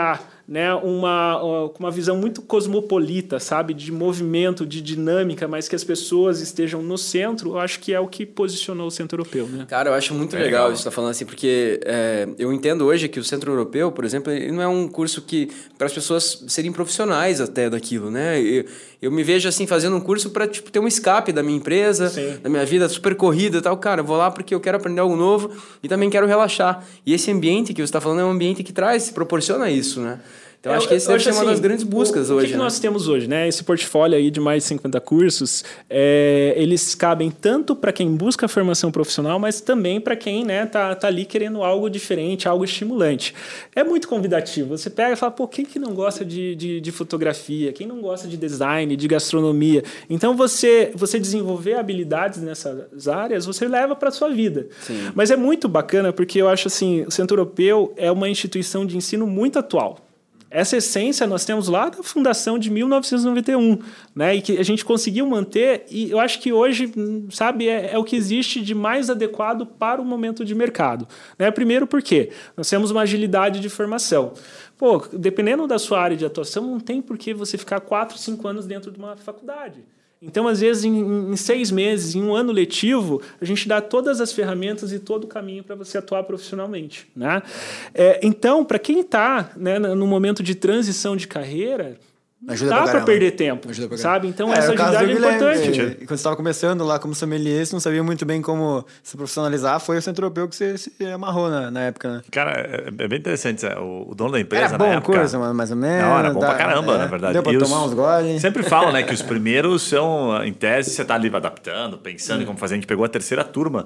né, uma visão muito cosmopolita, sabe, de movimento, de dinâmica, mas que as pessoas estejam no centro, eu acho que é o que posicionou o Centro Europeu, né? Cara, eu acho muito legal isso que você tá falando assim, porque eu entendo hoje que o Centro Europeu, por exemplo, ele não é um curso que para as pessoas serem profissionais até daquilo, né? Eu me vejo assim fazendo um curso para tipo, ter um escape da minha empresa, da minha vida super corrida e tal. Cara, eu vou lá porque eu quero aprender algo novo e também quero relaxar. E esse ambiente que você está falando é um ambiente que proporciona isso, né? Então, acho que esse deve ser uma das grandes buscas hoje. O que nós temos hoje, né? Esse portfólio aí de mais de 50 cursos, eles cabem tanto para quem busca a formação profissional, mas também para quem, né, tá ali querendo algo diferente, algo estimulante. É muito convidativo. Você pega e fala, pô, quem que não gosta de fotografia? Quem não gosta de design, de gastronomia? Então, você desenvolver habilidades nessas áreas, você leva para a sua vida. Sim. Mas é muito bacana porque eu acho assim, o Centro Europeu é uma instituição de ensino muito atual. Essa essência nós temos lá da fundação de 1991, né? E que a gente conseguiu manter, e eu acho que hoje, sabe, é o que existe de mais adequado para o momento de mercado, né? Primeiro porque nós temos uma agilidade de formação. Pô, dependendo da sua área de atuação, não tem por que você ficar 4, 5 anos dentro de uma faculdade. Então, às vezes, em 6 meses, em um ano letivo, a gente dá todas as ferramentas e todo o caminho para você atuar profissionalmente, né? Então, para quem está, né, no momento de transição de carreira, dá para perder tempo, sabe? Então, essa agilidade é importante. Quando você estava começando lá como sommelier, você não sabia muito bem como se profissionalizar, foi o Centro Europeu que você se amarrou na época, né? Cara, é bem interessante. O dono da empresa, era bom na época... Coisa, mais ou menos. Não, era bom pra caramba, na verdade. Deu pra tomar uns goles. Sempre falam, né, que os primeiros são, em tese, você tá ali adaptando, pensando em como fazer. A gente pegou a 3ª turma.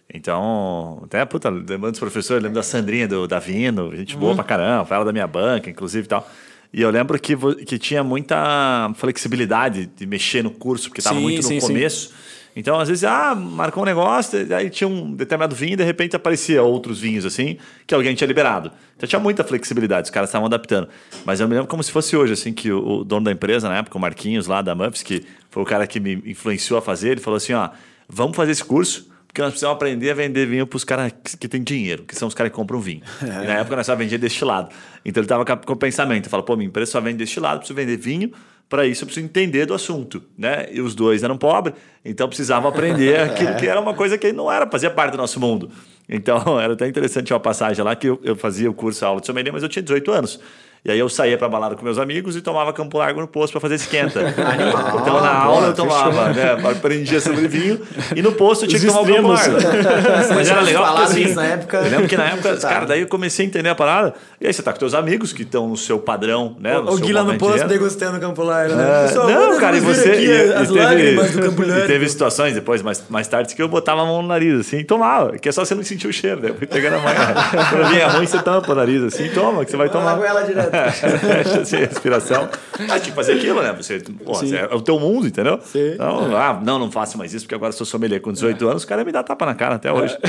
Então, até, lembro dos professores, lembro da Sandrinha, do Davino, gente boa pra caramba, foi ela da minha banca, inclusive e tal. E eu lembro que tinha muita flexibilidade de mexer no curso, porque estava muito no começo. Sim. Então, às vezes, marcou um negócio, aí tinha um determinado vinho e de repente aparecia outros vinhos, assim, que alguém tinha liberado. Então, tinha muita flexibilidade, os caras estavam adaptando. Mas eu me lembro como se fosse hoje, assim, que o dono da empresa, na época, o Marquinhos, lá da Muffs, que foi o cara que me influenciou a fazer, ele falou assim, vamos fazer esse curso, porque nós precisamos aprender a vender vinho para os caras que têm dinheiro, que são os caras que compram vinho. E na época nós só vendia destilado. Então ele estava com o pensamento, ele falou, minha empresa só vende destilado, preciso vender vinho, para isso eu preciso entender do assunto, né? E os dois eram pobres, então precisavam aprender aquilo que era uma coisa que não era, fazia parte do nosso mundo. Então era até interessante uma passagem lá que eu fazia o curso aula de sommelier, mas eu tinha 18 anos. E aí eu saía pra balada com meus amigos e tomava Campo Largo no posto para fazer esquenta. Então na aula eu tomava, né, aprendia sobre vinho e no posto eu tinha que tomar o Campo Largo. Mas era legal porque assim, na época... Eu lembro que na época, cara, daí eu comecei a entender a parada. E aí você tá com teus amigos que estão no seu padrão, né? O Gui lá no posto degustando o Campo Largo, né? Não, cara, e você... As lágrimas do Campo Largo. E teve situações depois, mais tarde, que eu botava a mão no nariz, assim, e tomava. Que é só você não sentir o cheiro, né? Eu fui pegando a mão. Quando vinha ruim, você tampa o nariz, assim, toma, que você vai tomar. Ela direto. Sem respiração. Tinha que fazer aquilo, né? Você, é o teu mundo, entendeu? Sim. Então, não faço mais isso, porque agora sou sommelier com 18 anos, o cara me dá tapa na cara até hoje.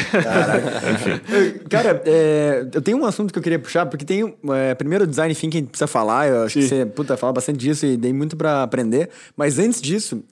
Enfim. Cara, eu tenho um assunto que eu queria puxar, porque tem primeiro design thinking que a gente precisa falar, eu acho que você fala bastante disso e dei muito pra aprender, mas antes disso,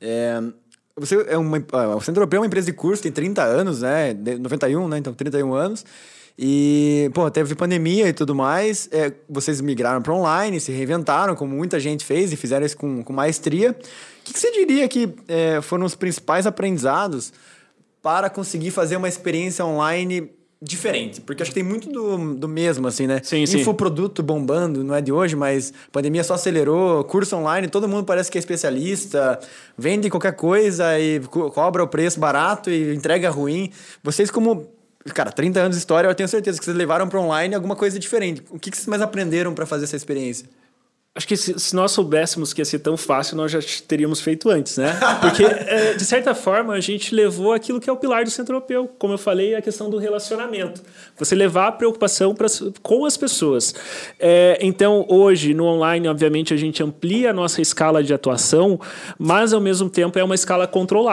o Centro Europeu é uma empresa de curso, tem 30 anos, né? 91, né? Então 31 anos. E, teve pandemia e tudo mais, vocês migraram para online, se reinventaram, como muita gente fez, e fizeram isso com maestria. O que você diria que foram os principais aprendizados para conseguir fazer uma experiência online diferente? Porque acho que tem muito do mesmo, assim, né? Sim. Infoproduto bombando, não é de hoje, mas a pandemia só acelerou, curso online, todo mundo parece que é especialista, vende qualquer coisa e cobra o preço barato e entrega ruim. Vocês Cara, 30 anos de história, eu tenho certeza que vocês levaram para online alguma coisa diferente. O que vocês mais aprenderam para fazer essa experiência? Acho que se nós soubéssemos que ia ser tão fácil, nós já teríamos feito antes, né? Porque, de certa forma, a gente levou aquilo que é o pilar do Centro Europeu. Como eu falei, a questão do relacionamento. Você levar a preocupação com as pessoas. Então, hoje, no online, obviamente, a gente amplia a nossa escala de atuação, mas, ao mesmo tempo, é uma escala controlada.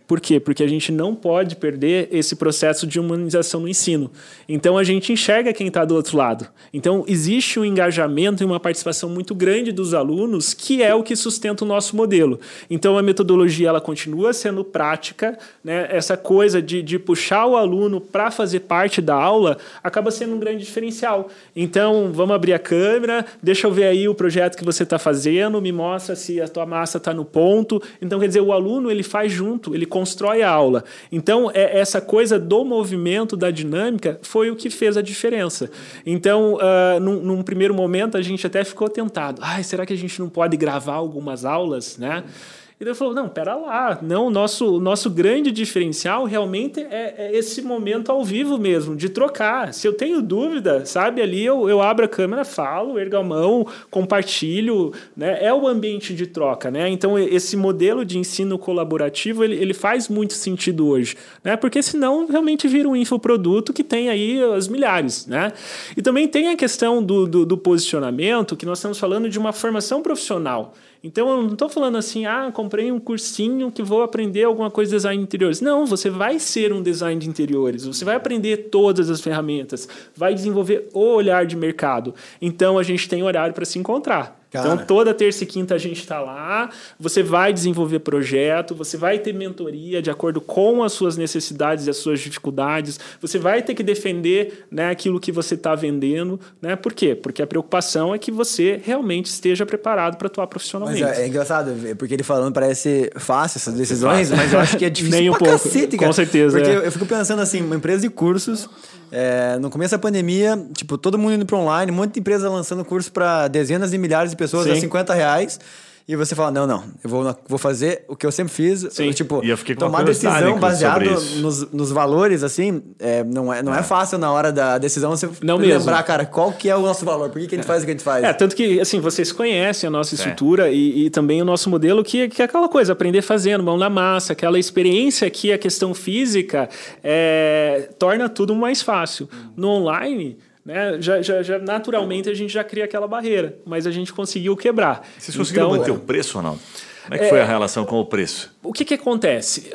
Por quê? Porque a gente não pode perder esse processo de humanização no ensino. Então, a gente enxerga quem está do outro lado. Então, existe um engajamento e uma participação muito grande dos alunos, que é o que sustenta o nosso modelo. Então, a metodologia ela continua sendo prática, né? Essa coisa de puxar o aluno para fazer parte da aula acaba sendo um grande diferencial. Então, vamos abrir a câmera, deixa eu ver aí o projeto que você está fazendo, me mostra se a tua massa está no ponto. Então, quer dizer, o aluno ele faz junto, ele constrói a aula. Então, essa coisa do movimento, da dinâmica, foi o que fez a diferença. Então, num primeiro momento, a gente até ficou tentado. Será que a gente não pode gravar algumas aulas, né? E ele falou, não, pera lá, não, o nosso grande diferencial realmente é esse momento ao vivo mesmo, de trocar. Se eu tenho dúvida, sabe, ali eu abro a câmera, falo, ergo a mão, compartilho, né? É o ambiente de troca, né? Então, esse modelo de ensino colaborativo, ele faz muito sentido hoje, né? Porque senão realmente vira um infoproduto que tem aí as milhares, né? E também tem a questão do posicionamento, que nós estamos falando de uma formação profissional. Então, eu não estou falando assim, comprei um cursinho que vou aprender alguma coisa de design de interiores. Não, você vai ser um design de interiores, você vai aprender todas as ferramentas, vai desenvolver o olhar de mercado. Então, a gente tem horário para se encontrar. Então, toda terça e quinta a gente está lá, você vai desenvolver projeto, você vai ter mentoria de acordo com as suas necessidades e as suas dificuldades, você vai ter que defender, né, aquilo que você está vendendo. Né? Por quê? Porque a preocupação é que você realmente esteja preparado para atuar profissionalmente. Mas é engraçado, porque ele falando parece fácil essas decisões, mas eu acho que é difícil nem um pra pouco. cacete, cara. Com certeza. Porque eu fico pensando assim, uma empresa de cursos, no começo da pandemia, tipo, todo mundo indo para online, um monte de empresa lançando curso para dezenas de milhares de pessoas a R$50, e você fala, não, eu vou fazer o que eu sempre fiz. Tipo, e eu fiquei com tomar decisão baseado nos valores, assim, não é fácil na hora da decisão você lembrar, cara, qual que é o nosso valor, por que a gente faz o que a gente faz. Tanto que, assim, vocês conhecem a nossa estrutura e também o nosso modelo, que é aquela coisa, aprender fazendo, mão na massa, aquela experiência que a questão física torna tudo mais fácil. No online, né, já naturalmente a gente já cria aquela barreira, mas a gente conseguiu quebrar. Vocês conseguiram manter o preço ou não? Como é que foi a relação com o preço? O que acontece?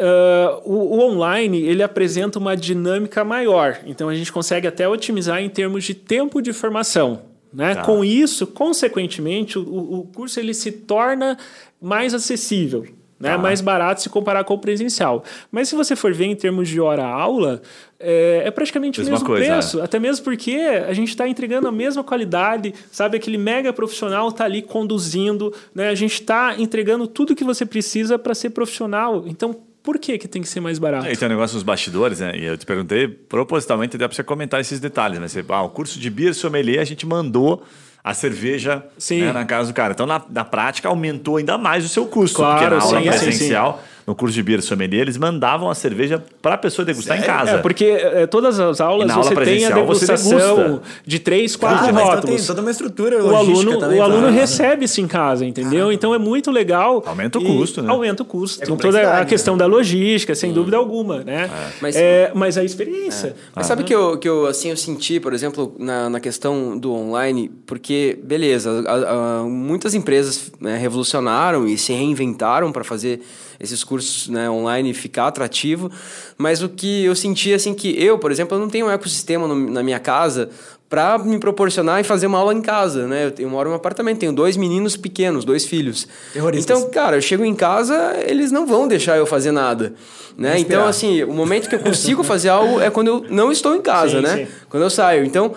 O online ele apresenta uma dinâmica maior, então a gente consegue até otimizar em termos de tempo de formação. Né? Tá. Com isso, consequentemente, o curso ele se torna mais acessível. Né? Mais barato se comparar com o presencial. Mas se você for ver em termos de hora-aula, é praticamente o mesmo preço. Até mesmo porque a gente está entregando a mesma qualidade, sabe? Aquele mega profissional está ali conduzindo, né? A gente está entregando tudo que você precisa para ser profissional. Então, por que tem que ser mais barato? E tem um negócio nos bastidores, né? E eu te perguntei propositalmente, dá para você comentar esses detalhes. Né? O curso de Beer Sommelier a gente mandou a cerveja, né, na casa do cara. Então, na prática, aumentou ainda mais o seu custo. Claro, porque na aula presencial, no curso de Beer Sommelier, eles mandavam a cerveja para a pessoa degustar em casa. Porque todas as aulas você tem a degustação de 3, 4 rótulos. Então tem toda uma estrutura logística também. O aluno recebe isso em casa, entendeu? Então, é muito legal. Aumenta o custo, né? Aumenta o custo. Toda a questão da logística, sem dúvida alguma, né? Mas a experiência. Mas sabe que eu senti, por exemplo, na questão do online, porque, beleza, muitas empresas, né, revolucionaram e se reinventaram para fazer esses cursos, né, online ficar atrativo, mas o que eu senti, assim, que eu, por exemplo, eu não tenho um ecossistema na minha casa para me proporcionar e fazer uma aula em casa, né? Eu moro em um apartamento, tenho 2 meninos pequenos, 2 filhos. Terroristas. Então, cara, eu chego em casa, eles não vão deixar eu fazer nada, né? Então, assim, o momento que eu consigo fazer algo é quando eu não estou em casa, né? Sim. Quando eu saio. Então,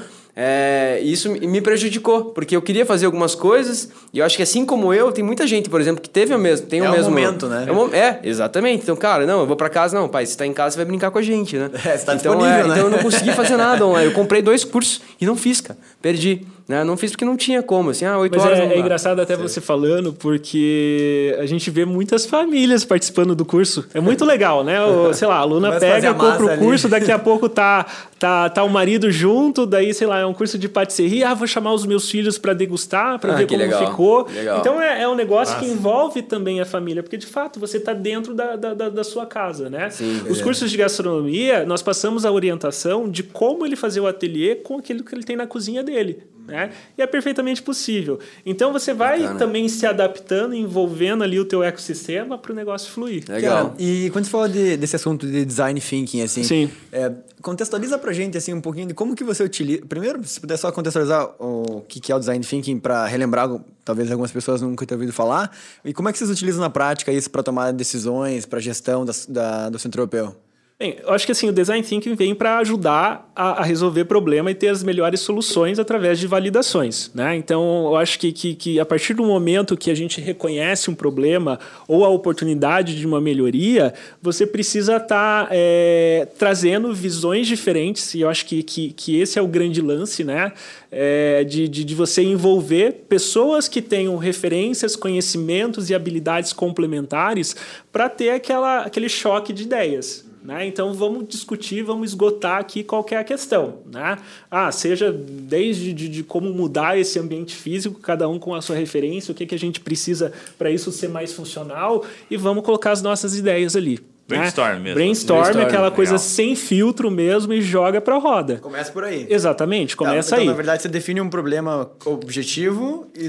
isso me prejudicou, porque eu queria fazer algumas coisas e eu acho que assim como eu, tem muita gente, por exemplo, que teve o mesmo... Tem o mesmo momento, né? Exatamente. Então, cara, não, eu vou pra casa, não, pai, se tá em casa, você vai brincar com a gente, né? Você tá disponível, né? Então eu não consegui fazer nada online. Eu comprei 2 cursos e não fiz, cara. Perdi. Né? Não fiz porque não tinha como, assim, 8 horas não dá. É engraçado até você falando, porque a gente vê muitas famílias participando do curso. É muito legal, né? Sei lá, a aluna pega, compra o curso, daqui a pouco tá o marido junto, daí, sei lá, é um curso de patisserie, vou chamar os meus filhos para degustar, para ver como ficou. Legal. Então é um negócio que envolve também a família, porque de fato você está dentro da sua casa, né? Sim, os cursos de gastronomia, nós passamos a orientação de como ele fazer o ateliê com aquilo que ele tem na cozinha dele. né? E é perfeitamente possível. Então você vai também se adaptando, envolvendo ali o teu ecossistema para o negócio fluir. Legal. Cara, e quando você fala desse assunto de design thinking, assim, Sim. contextualiza pra gente assim, um pouquinho de como que você utiliza. Primeiro, se puder só contextualizar o que é o design thinking para relembrar, talvez algumas pessoas nunca tenham ouvido falar, e como é que vocês utilizam na prática isso para tomar decisões, para gestão do Centro Europeu? Bem, eu acho que assim, o Design Thinking vem para ajudar a resolver problema e ter as melhores soluções através de validações, né? Então, eu acho que a partir do momento que a gente reconhece um problema ou a oportunidade de uma melhoria, você precisa estar trazendo visões diferentes, e eu acho que esse é o grande lance, né? De você envolver pessoas que tenham referências, conhecimentos e habilidades complementares para ter aquele choque de ideias. Né? Então, vamos discutir, vamos esgotar aqui qual que é a questão. Né? Seja desde de como mudar esse ambiente físico, cada um com a sua referência, o que a gente precisa para isso ser mais funcional, e vamos colocar as nossas ideias ali. Brainstorm mesmo. Brainstorm, aquela coisa sem filtro mesmo, e joga para a roda. Começa por aí. Exatamente, começa aí. Então, na verdade, você define um problema objetivo e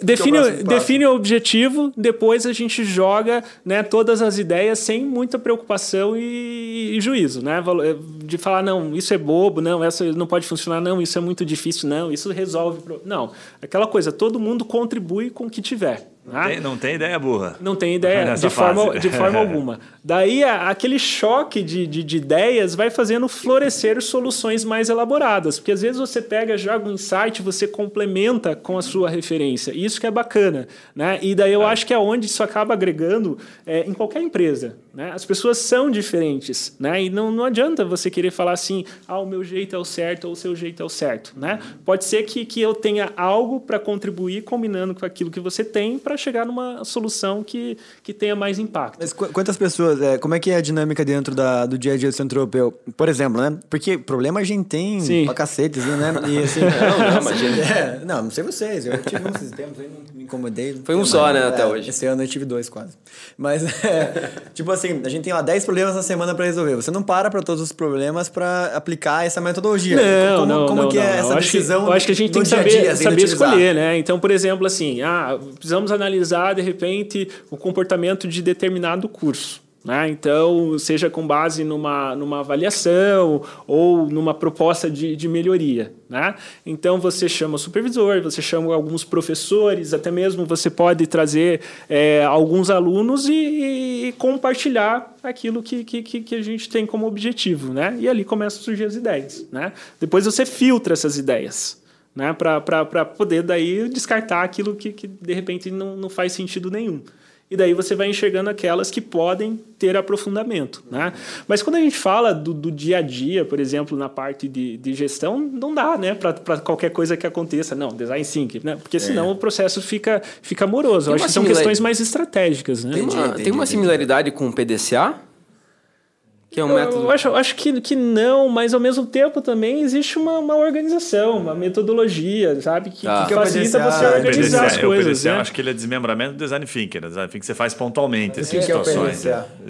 define o objetivo, depois a gente joga, né, todas as ideias sem muita preocupação e juízo, né? De falar, não, isso é bobo, não, essa não pode funcionar, não, isso é muito difícil, não, isso resolve. Não, aquela coisa, todo mundo contribui com o que tiver. Não tem ideia burra. Não tem ideia de forma alguma. Daí, aquele choque de ideias vai fazendo florescer soluções mais elaboradas. Porque, às vezes, você pega, joga um insight, você complementa com a sua referência. Isso que é bacana. Né? E daí eu acho que é onde isso acaba agregando em qualquer empresa. Né? As pessoas são diferentes. Né? E não adianta você querer falar assim, o meu jeito é o certo ou o seu jeito é o certo. Né? Pode ser que eu tenha algo para contribuir combinando com aquilo que você tem para chegar numa solução que tenha mais impacto. Mas quantas pessoas, como é que é a dinâmica dentro do dia a dia do Centro Europeu? Por exemplo, né? Porque problema a gente tem pra cacete, né? E assim, imagina. Não sei vocês, eu tive esses tempos aí, não me incomodei. Foi um só, né, até hoje. Esse ano eu tive 2 quase. Mas, tipo assim, a gente tem lá 10 problemas na semana pra resolver. Você não para todos os problemas pra aplicar essa metodologia. Como que é essa decisão? Eu acho que a gente tem que saber escolher, né? Então, por exemplo, assim, precisamos analisar, de repente, o comportamento de determinado curso. Né? Então, seja com base numa avaliação ou numa proposta de melhoria. Né? Então, você chama o supervisor, você chama alguns professores, até mesmo você pode trazer alguns alunos e compartilhar aquilo que a gente tem como objetivo. Né? E ali começam a surgir as ideias. Né? Depois você filtra essas ideias. Né, para poder daí descartar aquilo que de repente não faz sentido nenhum. E daí você vai enxergando aquelas que podem ter aprofundamento. Né? Mas quando a gente fala do dia a dia, por exemplo, na parte de gestão, não dá, né, para qualquer coisa que aconteça. Não, design thinking, né? Porque senão o processo fica moroso. Eu acho que são questões mais estratégicas. Né? Tem uma similaridade com o PDCA? Que é um método... Eu acho que não, mas ao mesmo tempo também existe uma organização, uma metodologia, sabe? Que facilita você organizar as coisas. Eu acho que ele é desmembramento do design thinking. O design thinking você faz pontualmente essas situações.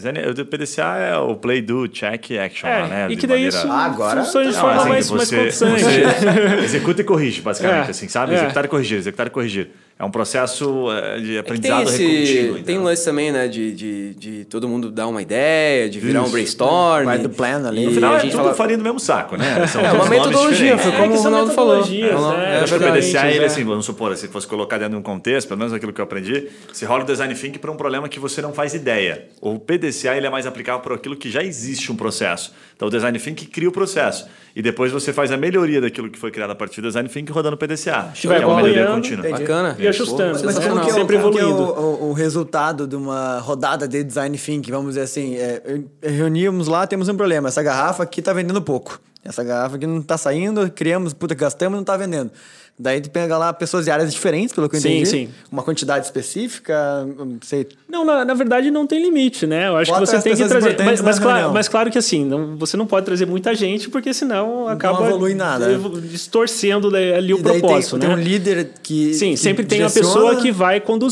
O PDCA é o play, do, check, action. Né? E que daí isso funciona de forma mais constante. Você executa e corrige, basicamente. Assim, sabe? Executar e corrigir, executar e corrigir. É um processo de aprendizado recontínuo. Tem um lance também, né? De todo mundo dar uma ideia, de virar um brainstorm. Vai do plano ali. No final a gente tudo farinha do mesmo saco, né? São uma metodologia, foi como o Ronaldo falou. Acho que o PDCA, ele, assim, vamos supor, se fosse colocar dentro de um contexto, pelo menos aquilo que eu aprendi, se rola o design thinking para um problema que você não faz ideia. O PDCA, ele é mais aplicável para aquilo que já existe um processo. Então o design thinking cria o processo. E depois você faz a melhoria daquilo que foi criado a partir do design thinking rodando o PDCA. Que vai uma melhoria contínua. Bacana. E ajustando. Mas sempre evoluindo. O resultado de uma rodada de design thinking, vamos dizer assim, reunimos lá, temos um problema. Essa garrafa aqui está vendendo pouco. Essa garrafa aqui não está saindo, criamos, gastamos e não está vendendo. Daí tu pega lá pessoas de áreas diferentes, pelo que eu entendi. Sim. Uma quantidade específica, não sei. Não, na verdade não tem limite, né? Eu acho que você tem que trazer... Mas claro que assim, você não pode trazer muita gente, porque senão acaba... Não evolui nada. Distorcendo ali o propósito, tem um líder que... Sim, sempre tem uma pessoa que vai conduzir.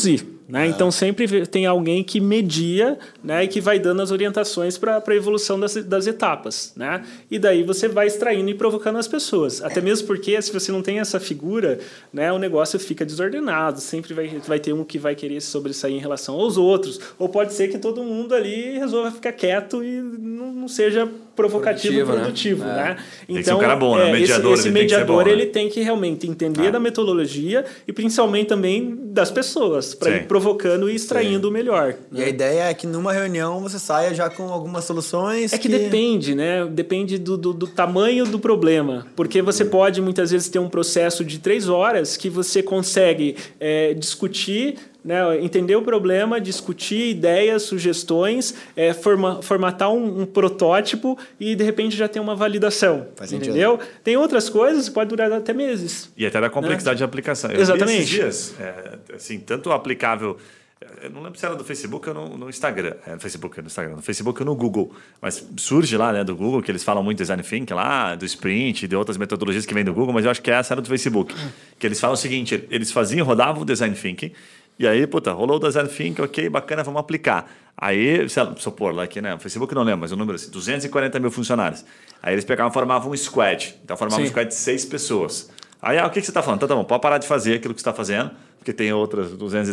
né? Então sempre tem alguém que media, né, e que vai dando as orientações para a evolução das etapas, né? E daí você vai extraindo e provocando as pessoas. Até mesmo porque se você não tem essa figura, né, o negócio fica desordenado, sempre vai ter um que vai querer se sobressair em relação aos outros, ou pode ser que todo mundo ali resolva ficar quieto e não seja provocativo e produtivo, né? Então, tem que ser um cara bom, né? Esse mediador ele tem que realmente entender da metodologia e principalmente também das pessoas, para ir provocando e extraindo o melhor. E a ideia é que numa reunião você saia já com algumas soluções. É que depende, né? Depende do tamanho do problema. Porque você pode muitas vezes ter um processo de 3 horas que você consegue discutir, né, entender o problema, discutir ideias, sugestões, formatar um protótipo e de repente já tem uma validação. Faz entendeu? Sentido. Tem outras coisas que pode durar até meses. E até da complexidade de aplicação. Exatamente. Esses dias, assim, tanto aplicável. Eu não lembro se era do Facebook ou no Instagram. No Facebook ou no Google. Mas surge lá, né, do Google, que eles falam muito design thinking lá, do sprint, de outras metodologias que vêm do Google, mas eu acho que essa era do Facebook. Que eles falam o seguinte, eles rodavam o design thinking, e aí, rolou o design thinking, ok, bacana, vamos aplicar. Aí, supor lá aqui, né, o Facebook não lembro, mas o número assim, 240 mil funcionários. Aí eles pegavam e formavam um squad. Então formavam um squad de 6 pessoas. Aí, o que você está falando? Tá bom, pode parar de fazer aquilo que você está fazendo, porque tem outras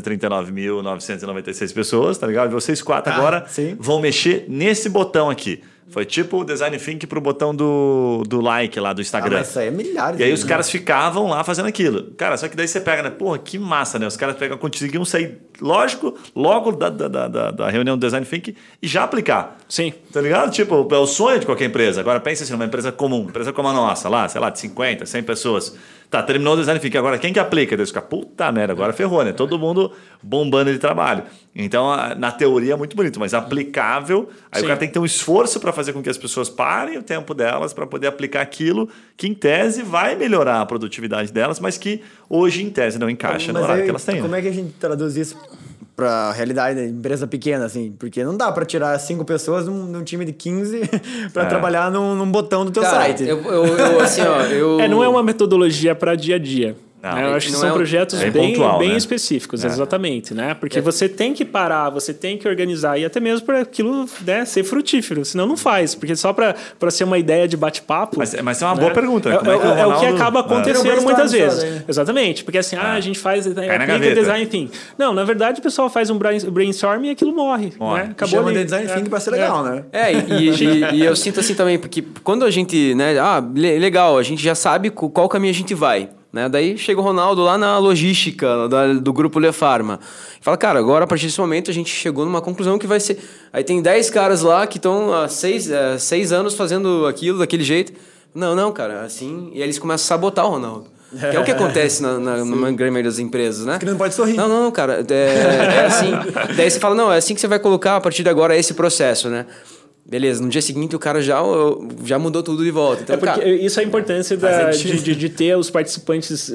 239.996 pessoas, tá ligado? E vocês 4 agora vão mexer nesse botão aqui. Foi tipo o design thinking pro botão do like lá do Instagram. Mas isso aí é milhares. E aí os caras ficavam lá fazendo aquilo. Cara, só que daí você pega, né? Porra, que massa, né? Os caras conseguiam sair, lógico, logo da reunião do design thinking e já aplicar. Sim. Tá ligado? Tipo, é o sonho de qualquer empresa. Agora pensa assim, uma empresa comum, empresa como a nossa, lá, sei lá, de 50, 100 pessoas. Tá, terminou o design thinking. Agora, quem que aplica? Deus fica, puta merda, agora ferrou, né? Todo mundo bombando de trabalho. Então, na teoria é muito bonito, mas aplicável, aí o cara tem que ter um esforço para fazer com que as pessoas parem o tempo delas para poder aplicar aquilo que, em tese, vai melhorar a produtividade delas, mas que hoje, em tese, não encaixa no horário que elas têm. Como é que a gente traduz isso para a realidade da empresa pequena, assim? Porque não dá para tirar 5 pessoas num time de 15 para trabalhar num botão do teu site. Não é uma metodologia para dia a dia. Não, eu acho que são projetos bem específicos, exatamente, né? Porque você tem que parar, você tem que organizar e até mesmo para aquilo, né, ser frutífero, senão não faz, porque só para ser uma ideia de bate-papo. Mas é uma boa pergunta. É o que acaba acontecendo muitas vezes. Exatamente, porque assim, a gente faz aplica design thinking. Não, na verdade o pessoal faz um brainstorm e aquilo morre. Né? Acabou. Chama de design thinking para ser legal, né? E eu sinto assim também, porque quando a gente, né, legal, a gente já sabe qual caminho a gente vai. Né? Daí chega o Ronaldo lá na logística do grupo Lefarma. Fala, cara, agora a partir desse momento a gente chegou numa conclusão que vai ser... Aí tem 10 caras lá que estão há 6 anos fazendo aquilo daquele jeito. Não, cara, assim... E aí eles começam a sabotar o Ronaldo. Que é o que acontece na grande maioria das empresas, né? Porque não pode sorrir. Não, cara. É assim. Daí você fala, não, é assim que você vai colocar a partir de agora esse processo, né? Beleza, no dia seguinte o cara já mudou tudo de volta. Então, porque isso é a importância de ter os participantes,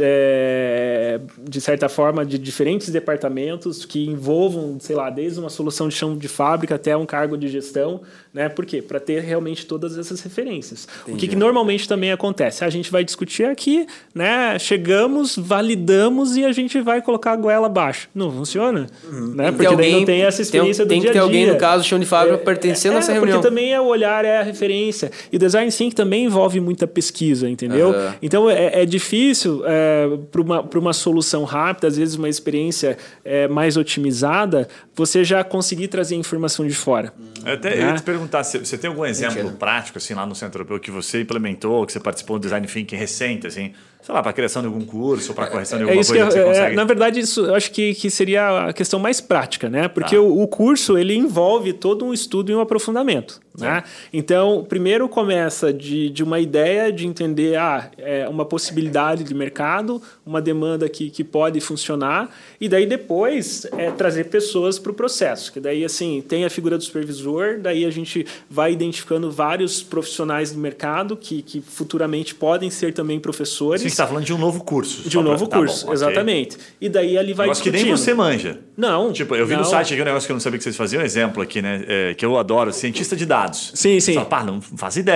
de certa forma, de diferentes departamentos que envolvam, sei lá, desde uma solução de chão de fábrica até um cargo de gestão. Né? Por quê? Para ter realmente todas essas referências. Entendi. O que normalmente também acontece? A gente vai discutir aqui, né? Chegamos, validamos e a gente vai colocar a goela abaixo. Não funciona. Né? Porque daí não tem essa experiência do dia a dia. Tem que ter alguém, no caso, chão de fábrica, pertencendo a essa reunião. Porque também o olhar é a referência. E o design thinking também envolve muita pesquisa, entendeu? Então é difícil para uma solução rápida, às vezes uma experiência mais otimizada, você já conseguir trazer informação de fora. Eu ia te perguntar, você tem algum exemplo prático assim, lá no Centro Europeu que você implementou, que você participou do design thinking recente, assim, sei lá, para a criação de algum curso ou para a correção de alguma coisa que você consegue? Na verdade, isso eu acho que seria a questão mais prática, né? Porque o curso ele envolve todo um estudo e um aprofundamento. Né? Então, primeiro começa de uma ideia de entender uma possibilidade de mercado, uma demanda que pode funcionar, e daí depois trazer pessoas para o processo. Que daí, assim, tem a figura do supervisor, daí a gente vai identificando vários profissionais do mercado que futuramente podem ser também professores. Você está falando de um novo curso. De um novo curso, exatamente. E daí ali vai discutindo. Que nem você manja. Não. Tipo, eu vi no site aqui um negócio que eu não sabia que vocês faziam, um exemplo aqui, né? Que eu adoro, cientista de dados. Sim. Você fala, não faço ideia.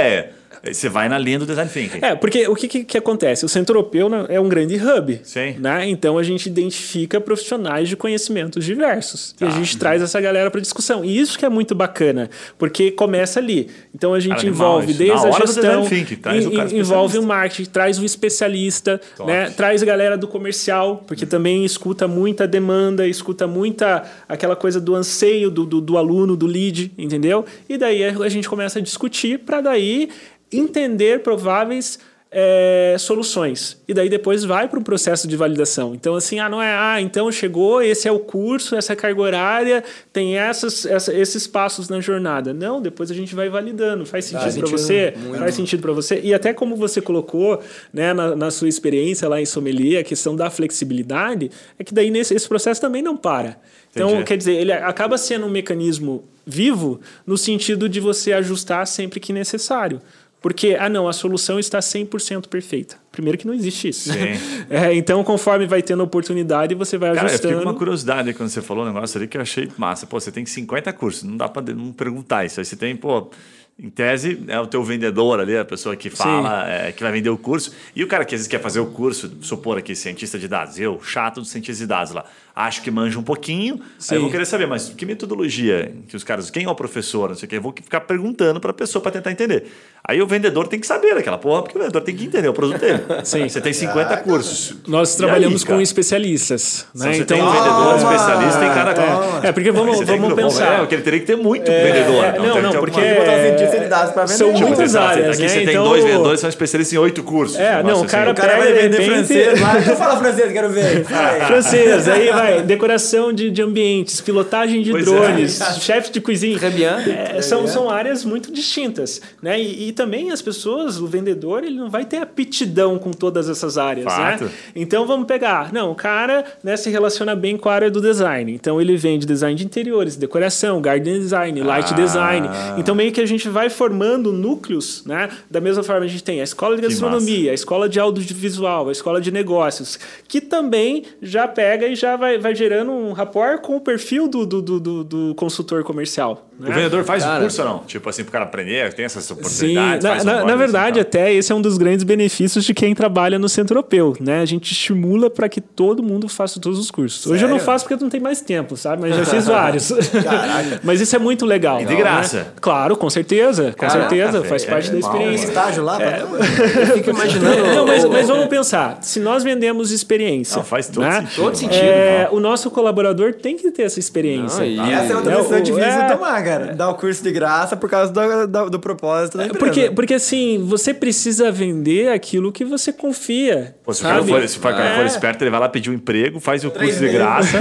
Você vai na linha do design thinking. Porque o que acontece? O Centro Europeu é um grande hub. Sim. Né? Então a gente identifica profissionais de conhecimentos diversos. E a gente traz essa galera para discussão. E isso que é muito bacana, porque começa ali. Então a gente envolve desde a gestão, envolve o marketing, traz o especialista, né? Traz a galera do comercial, porque também escuta muita demanda, escuta muita aquela coisa do anseio do aluno, do lead, entendeu? E daí a gente começa a discutir para daí entender prováveis soluções. E daí depois vai para um processo de validação. Então, assim, então chegou, esse é o curso, essa é a carga horária, tem esses passos na jornada. Não, depois a gente vai validando. Faz sentido para você? Faz sentido para você? E até como você colocou, né, na sua experiência lá em sommelier, a questão da flexibilidade, é que daí esse processo também não para. Então, quer dizer, ele acaba sendo um mecanismo vivo no sentido de você ajustar sempre que necessário. Porque, a solução está 100% perfeita. Primeiro que não existe isso. Então, conforme vai tendo oportunidade, você vai ajustando. Eu fiquei com uma curiosidade quando você falou um negócio ali que eu achei massa. Pô, você tem 50 cursos, não dá para não perguntar isso. Aí você tem, em tese, é o teu vendedor ali, a pessoa que fala, que vai vender o curso. E o cara que às vezes quer fazer o curso, supor aqui, cientista de dados, chato do cientista de dados lá, acho que manja um pouquinho, aí eu vou querer saber, mas que metodologia que os caras, quem é o professor, não sei o que, eu vou ficar perguntando para a pessoa para tentar entender. Aí o vendedor tem que saber daquela porra, porque o vendedor tem que entender o produto dele. Você tem 50 cursos. Nós trabalhamos com especialistas. Né? Você tem um vendedor especialista, tem cada... porque vamos pensar. Porque ele teria que ter muito vendedor. Não, porque... São muitas áreas. Aqui você tem 2 vendedores que são especialistas em 8 cursos. O cara vai vender francês. Deixa eu falar francês, quero ver. Francês, aí vai decoração de ambientes, pilotagem de drones, chefe de cozinha. São áreas muito distintas. Né? E também as pessoas, o vendedor, ele não vai ter aptidão com todas essas áreas. Né? Então vamos pegar. O cara, né, se relaciona bem com a área do design. Então ele vende design de interiores, decoração, garden design, light design. Então meio que a gente vai formando núcleos, né? Da mesma forma a gente tem a escola de gastronomia, a escola de audiovisual, a escola de negócios, que também já pega e já vai gerando um rapport com o perfil do consultor comercial. Né? O vendedor faz o curso ou não? Tipo assim, para o cara aprender, tem essas oportunidades? Sim, na verdade, até esse é um dos grandes benefícios de quem trabalha no Centro Europeu, né? A gente estimula para que todo mundo faça todos os cursos. Sério? Hoje eu não faço porque eu não tenho mais tempo, sabe? Mas já fiz vários. Mas isso é muito legal. E de graça? Né? Claro, com certeza. Com certeza, faz parte da experiência. Estágio lá? Eu fico imaginando... Mas vamos pensar. Se nós vendemos experiência... faz todo sentido. Todo sentido. O nosso colaborador tem que ter essa experiência. Essa é outra decisão difícil de tomar, cara. Dar o curso de graça por causa do propósito da empresa. Porque assim, você precisa vender aquilo que você confia. Se o cara for esperto, ele vai lá pedir um emprego, faz o curso de graça.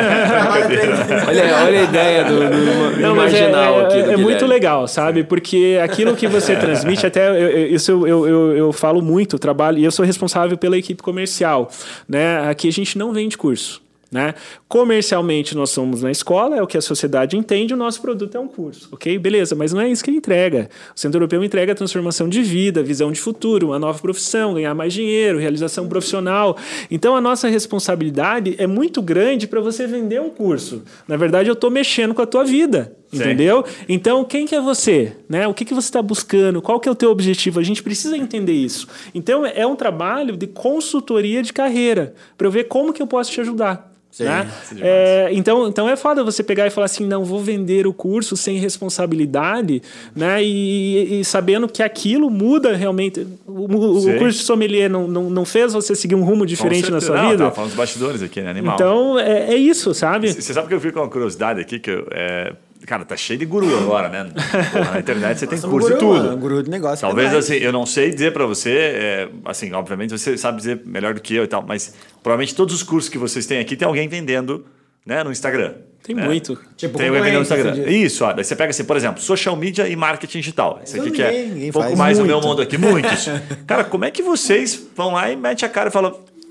Olha a ideia do marginal aqui. É muito legal, sabe? Porque aquilo que você transmite, até isso eu falo muito, trabalho, e eu sou responsável pela equipe comercial. Né? Aqui a gente não vende curso. Né? Comercialmente nós somos na escola, é o que a sociedade entende, o nosso produto é um curso, ok? Beleza, mas não é isso que ele entrega. O Centro Europeu entrega transformação de vida, visão de futuro, uma nova profissão, ganhar mais dinheiro, realização profissional. Então a nossa responsabilidade é muito grande para você vender um curso. Na verdade eu estou mexendo com a tua vida. Entendeu? Então, quem que é você? Né? O que você está buscando? Qual que é o teu objetivo? A gente precisa entender isso. Então, é um trabalho de consultoria de carreira, para eu ver como que eu posso te ajudar. Sim, né? Então é foda você pegar e falar assim, não, vou vender o curso sem responsabilidade, né? E sabendo que aquilo muda realmente. O curso de sommelier não fez você seguir um rumo diferente na sua vida? Tá falando dos bastidores aqui, né? Animal. Então é isso, sabe? Você sabe que eu fico com uma curiosidade aqui, que cara, tá cheio de guru agora, né? Porra, na internet você tem curso de tudo. Um guru de negócio. Talvez assim, eu não sei dizer para você, assim, obviamente você sabe dizer melhor do que eu e tal, mas provavelmente todos os cursos que vocês têm aqui tem alguém vendendo, né, no Instagram. Tem muito. Tipo, tem alguém vendendo no Instagram. Isso, daí você pega assim, por exemplo, social media e marketing digital. Isso aqui que é um pouco mais o meu mundo aqui, muitos. Cara, como é que vocês vão lá e metem a cara e falam,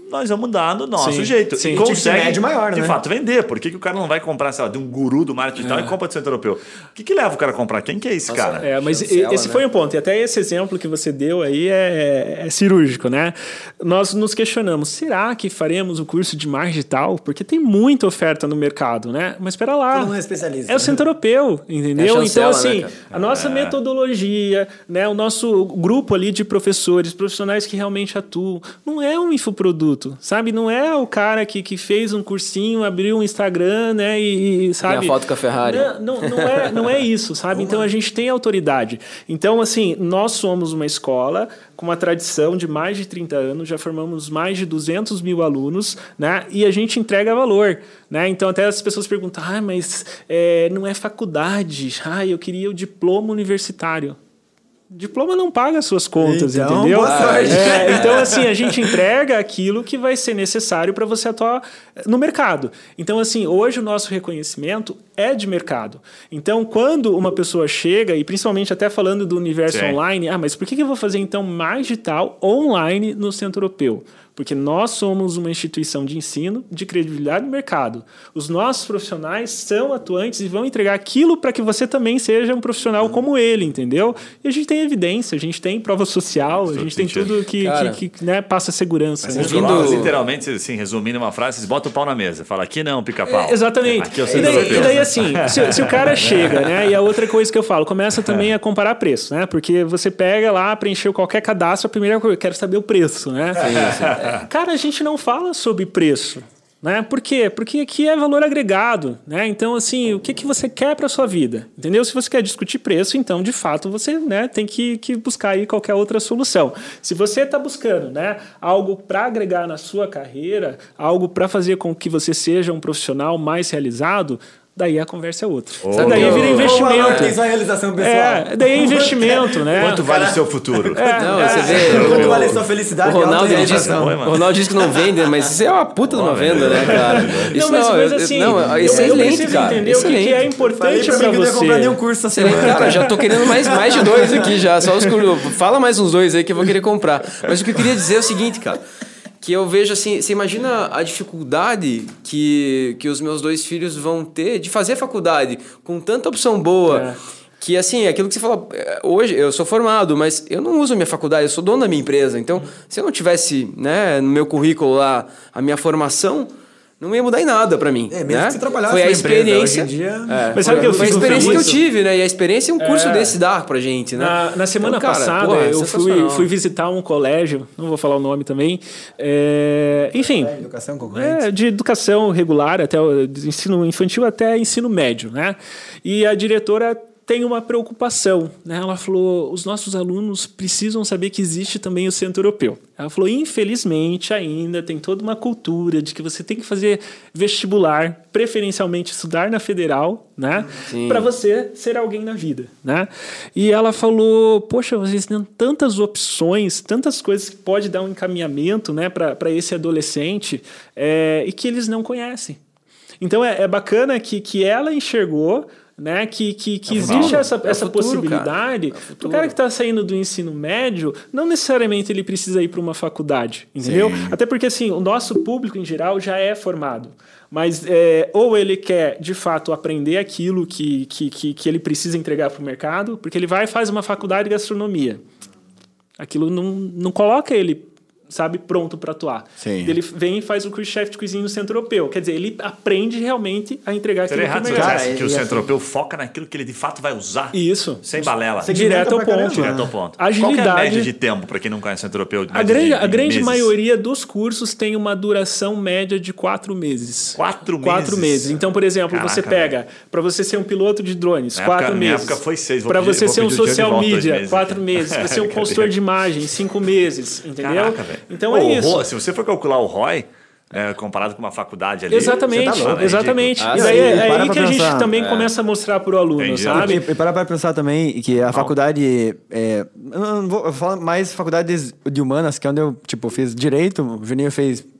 nós vamos dar do nosso jeito. Sim. E consegue, médio maior, de né? fato, vender. Por que o cara não vai comprar, sei lá, de um guru do marketing digital e compra do Centro Europeu? O que leva o cara a comprar? Quem que é esse cara? Mas Chancela, esse foi um ponto. E até esse exemplo que você deu aí é cirúrgico, né? Nós nos questionamos, será que faremos o curso de marketing digital? Porque tem muita oferta no mercado, né? Mas espera lá. Todo mundo é especialista. É o Centro Europeu, entendeu? Chancela, Então, assim, né, a nossa metodologia, né? O nosso grupo ali de professores, profissionais que realmente atuam, não é um infoproduto, sabe? Não é o cara que fez um cursinho, abriu um Instagram, né? E sabe? Tem a foto com a Ferrari. Não é isso, sabe? Então a gente tem autoridade. Então, assim, nós somos uma escola com uma tradição de mais de 30 anos, já formamos mais de 200 mil alunos, né? E a gente entrega valor, né? Então até as pessoas perguntam, mas não é faculdade, eu queria o diploma universitário. Diploma não paga as suas contas, então, entendeu? Boa sorte. Então, assim, a gente entrega aquilo que vai ser necessário para você atuar no mercado. Então, assim, hoje o nosso reconhecimento é de mercado. Então, quando uma pessoa chega, e principalmente até falando do universo online, mas por que eu vou fazer, então, mais digital online no Centro Europeu? Porque nós somos uma instituição de ensino de credibilidade no mercado. Os nossos profissionais são atuantes e vão entregar aquilo para que você também seja um profissional como ele, entendeu? E a gente tem evidência, a gente tem prova social, a gente tem tudo que né, passa segurança. Né? Literalmente, assim, resumindo uma frase, vocês botam o pau na mesa. Fala, aqui não, pica-pau. Exatamente. Aqui é o Centro Europeu. E daí, assim, se o cara chega, né? E a outra coisa que eu falo, começa também a comparar preço, né? Porque você pega lá, preencheu qualquer cadastro, a primeira coisa, eu quero saber o preço, né? Sim. Cara, a gente não fala sobre preço, né? Por quê? Porque aqui é valor agregado, né? Então, assim, o que você quer para sua vida, entendeu? Se você quer discutir preço, então, de fato, você, né, tem que buscar aí qualquer outra solução. Se você está buscando, né, algo para agregar na sua carreira, algo para fazer com que você seja um profissional mais realizado, daí a conversa é outra. Daí vira investimento. Tem sua realização pessoal. Daí é investimento, né? Quanto vale o seu futuro? Você vê. Quanto vale a sua felicidade? O Ronaldo disse que não vende, mas isso é uma puta de uma venda, né, cara? Isso mas assim, eu preciso entender o que é importante para você. Eu não comprar nenhum curso essa semana. Cara, já tô querendo mais de 2 aqui já. Só os fala mais uns 2 aí que eu vou querer comprar. Mas o que eu queria dizer é o seguinte, cara. Que eu vejo assim, você imagina a dificuldade que os meus 2 filhos vão ter de fazer faculdade com tanta opção boa. Que assim, aquilo que você fala, hoje eu sou formado, mas eu não uso a minha faculdade, eu sou dono da minha empresa. Então, se eu não tivesse, né, no meu currículo lá a minha formação, não ia mudar em nada pra mim. Mesmo né? que você trabalhasse foi a experiência. Hoje em dia... Mas sabe que eu foi a fico experiência feliz? que eu tive, né? E a experiência um curso desse dá pra gente, né? Na semana então, cara, passada, eu fui visitar um colégio, não vou falar o nome também. Enfim. Educação concorrente. De educação regular, até de ensino infantil até ensino médio, né? E a diretora tem uma preocupação, né? Ela falou, os nossos alunos precisam saber que existe também o Centro Europeu. Ela falou, infelizmente ainda tem toda uma cultura de que você tem que fazer vestibular, preferencialmente estudar na Federal, né? Para você ser alguém na vida, né? E ela falou, poxa, vocês têm tantas opções, tantas coisas que pode dar um encaminhamento, né, para esse adolescente e que eles não conhecem. Então é bacana que ela enxergou, né, que existe essa futuro, possibilidade. O cara que está saindo do ensino médio, não necessariamente ele precisa ir para uma faculdade, entendeu? Sim. Até porque assim, o nosso público em geral já é formado. Mas ou ele quer, de fato, aprender aquilo que ele precisa entregar para o mercado, porque ele vai e faz uma faculdade de gastronomia. Aquilo não coloca ele, sabe, pronto para atuar. Sim. Ele vem e faz o curso de chefe de cozinha no Centro Europeu. Quer dizer, ele aprende realmente a entregar aquilo que o mercado. Que o Centro Europeu foca naquilo que ele de fato vai usar. Isso. Sem balela. Direto ao ponto. Agilidade. Qual é a média de tempo para quem não conhece o Centro Europeu? A grande maioria dos cursos tem uma duração média de 4 meses. 4 meses? 4 meses. Então, por exemplo, você pega, para você ser um piloto de drones, 4 meses. Na época foi 6. Para você ser um social media, 4 meses. Para ser um consultor de imagem, 5 meses. Entendeu? Caraca, então é isso. Se você for calcular o ROI, comparado com uma faculdade ali... Exatamente, tá examente. E daí é aí que a gente também começa a mostrar para o aluno, Entendi. sabe? E para pensar também que a faculdade... eu não vou falar mais faculdades de humanas, que é onde eu fiz direito, o Juninho fez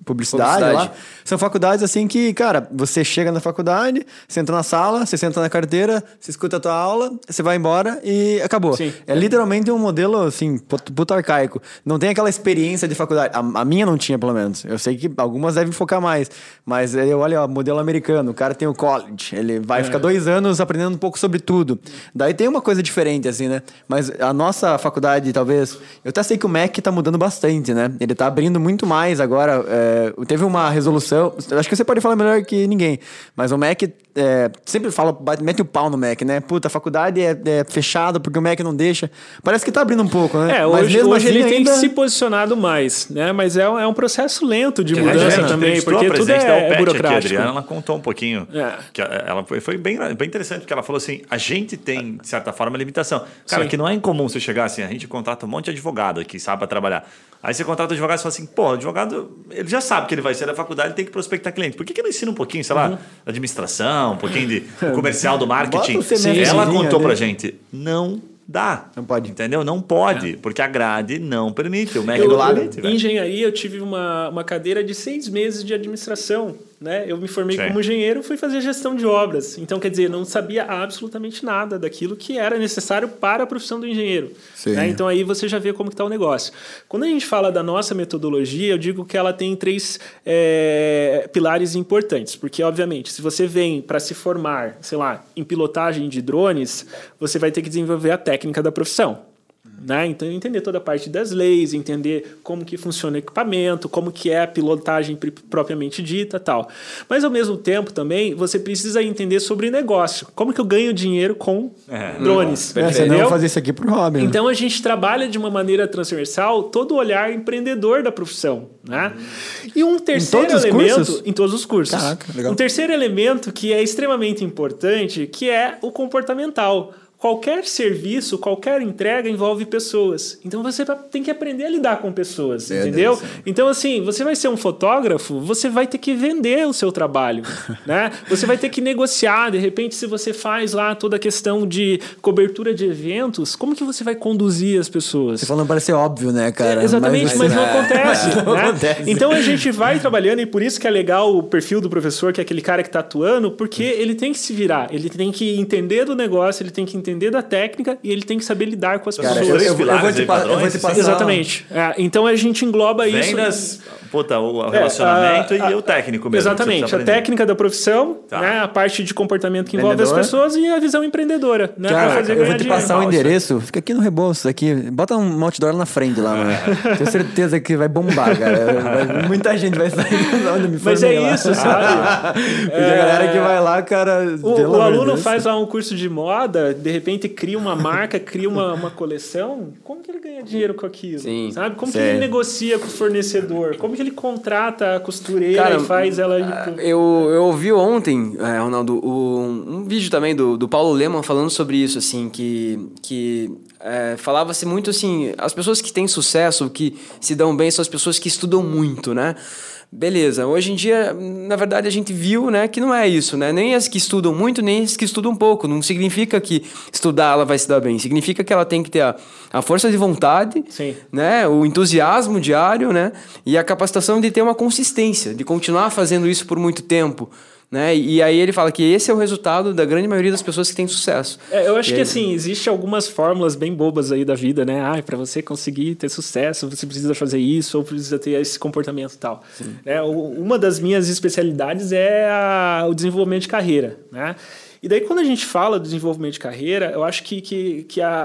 publicidade lá. São faculdades assim que, cara, você chega na faculdade, você entra na sala, você senta na carteira, você escuta a tua aula, você vai embora e acabou. Sim. É literalmente um modelo, assim, puto arcaico. Não tem aquela experiência de faculdade. A minha não tinha, pelo menos. Eu sei que algumas devem focar mais. Mas eu olho, ó, modelo americano. O cara tem o college. Ele vai ficar 2 anos aprendendo um pouco sobre tudo. Daí tem uma coisa diferente, assim, né? Mas a nossa faculdade, talvez... Eu até sei que o MEC tá mudando bastante, né? Ele tá abrindo muito mais agora. Teve uma resolução... Acho que você pode falar melhor que ninguém. Mas o MEC... sempre fala... Mete o pau no MEC, né? Puta, a faculdade é fechada porque o MEC não deixa. Parece que tá abrindo um pouco, né? Mas hoje assim, ele tem se posicionado mais, né? Mas é um processo lento de mudança também, porque tudo é burocrático. Aqui, a Adriana, ela contou um pouquinho. Que ela foi bem interessante, porque ela falou assim, a gente tem, de certa forma, limitação. Cara, que não é incomum você chegar assim, a gente contrata um monte de advogado aqui, sabe, para trabalhar. Aí você contrata o advogado e fala assim, pô, o advogado, ele já sabe que ele vai sair da faculdade, ele tem que prospectar cliente. Por que não ensina um pouquinho, sei lá, administração, um pouquinho de comercial do marketing? Ela contou pra gente, não dá. Não pode. Entendeu? Não pode, porque a grade não permite. O MEC não permite. Em engenharia, eu tive uma cadeira de 6 meses de administração. Né? Eu me formei como engenheiro, fui fazer gestão de obras. Então, quer dizer, não sabia absolutamente nada daquilo que era necessário para a profissão do engenheiro. Né? Então, aí você já vê como está o negócio. Quando a gente fala da nossa metodologia, eu digo que ela tem 3 pilares importantes. Porque, obviamente, se você vem para se formar, sei lá, em pilotagem de drones, você vai ter que desenvolver a técnica da profissão. Né? Então, entender toda a parte das leis, entender como que funciona o equipamento, como que é a pilotagem propriamente dita, tal. Mas, ao mesmo tempo, também, você precisa entender sobre negócio. Como que eu ganho dinheiro com drones, entendeu? Não vou fazer isso aqui pro hobby. Então, a gente trabalha de uma maneira transversal todo o olhar empreendedor da profissão. Né? E um terceiro elemento... Em todos os cursos. Caraca, legal. Um terceiro elemento que é extremamente importante, que é o comportamental. Qualquer serviço, qualquer entrega envolve pessoas. Então, você tem que aprender a lidar com pessoas, entendeu? Então, assim, você vai ser um fotógrafo, você vai ter que vender o seu trabalho, né? Você vai ter que negociar. De repente, se você faz lá toda a questão de cobertura de eventos, como que você vai conduzir as pessoas? Você falando parece óbvio, né, cara? Exatamente, mas não acontece. Então, a gente vai trabalhando e por isso que é legal o perfil do professor, que é aquele cara que está atuando, porque ele tem que se virar, ele tem que entender do negócio, ele tem que entender da técnica e ele tem que saber lidar com as pessoas. Eu vou te passar. Exatamente. Então a gente engloba isso. Vendas, o relacionamento e o técnico mesmo. Exatamente. A técnica da profissão, né, a parte de comportamento que envolve as pessoas e a visão empreendedora. Né, cara, eu vou te passar o endereço. Fica aqui no Rebouças, aqui. Bota um outdoor lá na frente lá, mano. Tenho certeza que vai bombar, cara. Muita gente vai sair de onde me formei. Mas é isso, sabe? A galera que vai lá, cara... O aluno faz lá um curso de moda, de repente cria uma marca, cria uma coleção, como que ele ganha dinheiro com aquilo? Sim. Sabe? Como que ele negocia com o fornecedor? Como que ele contrata a costureira e faz ela... Eu ouvi ontem, Ronaldo, um vídeo também do Paulo Leman falando sobre isso, assim, que falava-se muito assim, as pessoas que têm sucesso, que se dão bem, são as pessoas que estudam muito, né? Beleza, hoje em dia, na verdade, a gente viu, né, que não é isso, né? Nem as que estudam muito, nem as que estudam pouco. Não significa que estudar ela vai se dar bem. Significa que ela tem que ter a força de vontade, né, o entusiasmo diário, né, e a capacitação de ter uma consistência, de continuar fazendo isso por muito tempo. Né? E aí ele fala que esse é o resultado da grande maioria das pessoas que têm sucesso. Eu acho que assim, existe algumas fórmulas bem bobas aí da vida, né? Para você conseguir ter sucesso, você precisa fazer isso ou precisa ter esse comportamento e tal. Uma das minhas especialidades é o desenvolvimento de carreira, né? E daí quando a gente fala do desenvolvimento de carreira, eu acho que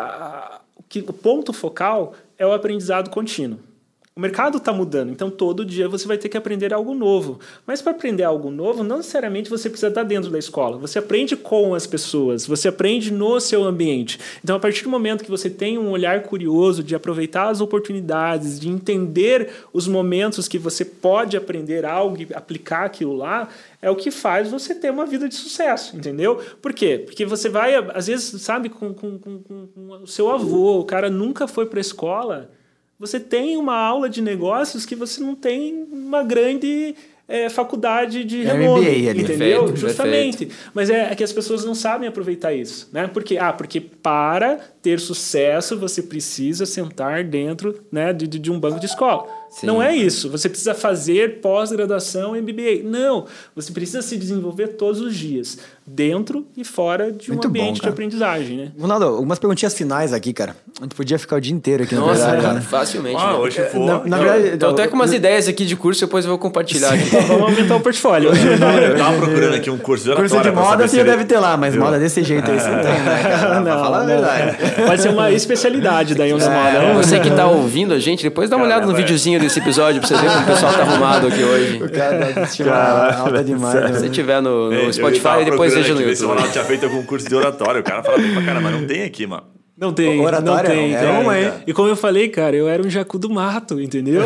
o ponto focal é o aprendizado contínuo. O mercado está mudando, então todo dia você vai ter que aprender algo novo. Mas para aprender algo novo, não necessariamente você precisa estar dentro da escola. Você aprende com as pessoas, você aprende no seu ambiente. Então, a partir do momento que você tem um olhar curioso de aproveitar as oportunidades, de entender os momentos que você pode aprender algo e aplicar aquilo lá, é o que faz você ter uma vida de sucesso, entendeu? Por quê? Porque você vai, às vezes, sabe, com o seu avô, o cara nunca foi para a escola... Você tem uma aula de negócios que você não tem uma grande faculdade de renome, entendeu? Perfeito, justamente. Perfeito. Mas é que as pessoas não sabem aproveitar isso, né? Porque para ter sucesso você precisa sentar dentro, né, de um banco de escola. Sim. Não é isso. Você precisa fazer pós-graduação em MBA. Não. Você precisa se desenvolver todos os dias, dentro e fora de um ambiente de aprendizagem, né? Ronaldo, algumas perguntinhas finais aqui, cara. A gente podia ficar o dia inteiro aqui, Nossa, na verdade. Facilmente. Hoje for. Na verdade, tô até com umas ideias aqui de curso, depois eu vou compartilhar. Vamos aumentar o portfólio. Eu tava procurando aqui um curso de oratória. Curso de moda você deve ter lá, mas moda desse jeito aí você não tem, né, cara? Pra falar a verdade. Pode ser uma especialidade daí, moda. Você que tá ouvindo a gente, depois dá uma olhada no videozinho desse episódio pra você ver como o pessoal tá arrumado aqui hoje. O cara tá assistindo alta demais. Se você tiver no Spotify, depois veja no YouTube. Se o Ronaldo tinha feito algum curso de oratória, o cara fala bem pra caramba, mas não tem aqui, mano. Não tem, oratória, não tem. E como eu falei, cara, eu era um jacu do mato, entendeu?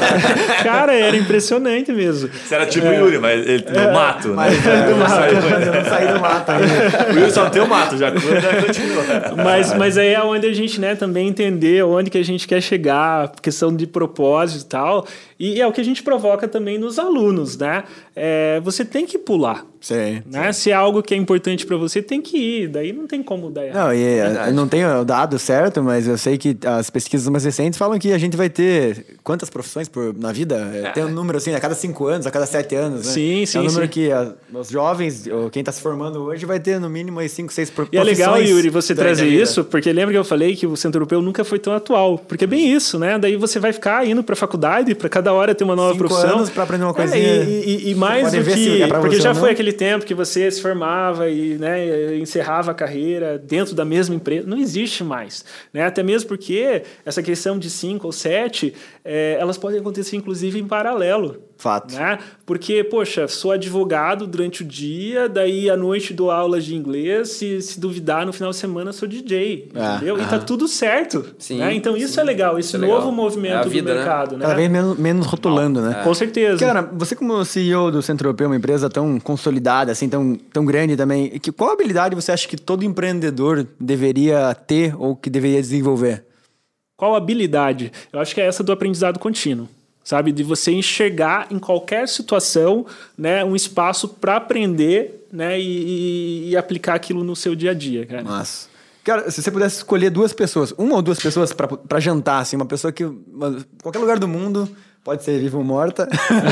Cara, era impressionante mesmo. Você era tipo o Yuri, mas ele no mato, né? Eu não saí do mato ainda. O Yuri só tem o mato, o jacu já continua. Mas aí é onde a gente, né, também entender onde que a gente quer chegar, questão de propósito e tal. E é o que a gente provoca também nos alunos, né? Você tem que pular. Sim. Né? Se é algo que é importante para você, tem que ir. Daí não tem como dar errado. Não, eu não tenho o dado certo, mas eu sei que as pesquisas mais recentes falam que a gente vai ter quantas profissões na vida? Tem um número assim, a cada 5 anos, a cada 7 anos, né? Sim, sim. É um número que os jovens, ou quem está se formando hoje, vai ter no mínimo 5, 6 profissões. E é legal, Yuri, você trazer isso, porque lembra que eu falei que o Centro Europeu nunca foi tão atual. Porque é bem isso, né? Daí você vai ficar indo para a faculdade, para cada hora ter uma nova profissão. 5 anos para aprender uma coisinha. E mais do que... porque já foi aquele tempo que você se formava e, né, encerrava a carreira dentro da mesma empresa. Não existe mais. Né? Até mesmo porque essa questão de 5 ou 7, elas podem acontecer, inclusive, em paralelo. Fato. Né? Porque, poxa, sou advogado durante o dia, daí à noite dou aulas de inglês, se duvidar, no final de semana sou DJ, entendeu? E tá tudo certo. Sim, né? Então isso é legal, esse novo movimento do mercado. Né? Cada vez menos rotulando, né? Com certeza. Cara, você como CEO do Centro Europeu, uma empresa tão consolidada, assim, tão grande também, qual habilidade você acha que todo empreendedor deveria ter ou que deveria desenvolver? Qual habilidade? Eu acho que é essa do aprendizado contínuo. Sabe, de você enxergar em qualquer situação, né, um espaço para aprender, né, e aplicar aquilo no seu dia a dia, cara. Nossa. Cara, se você pudesse escolher 2 pessoas, 1 ou 2 pessoas para jantar, assim, uma pessoa que... qualquer lugar do mundo, pode ser viva ou morta.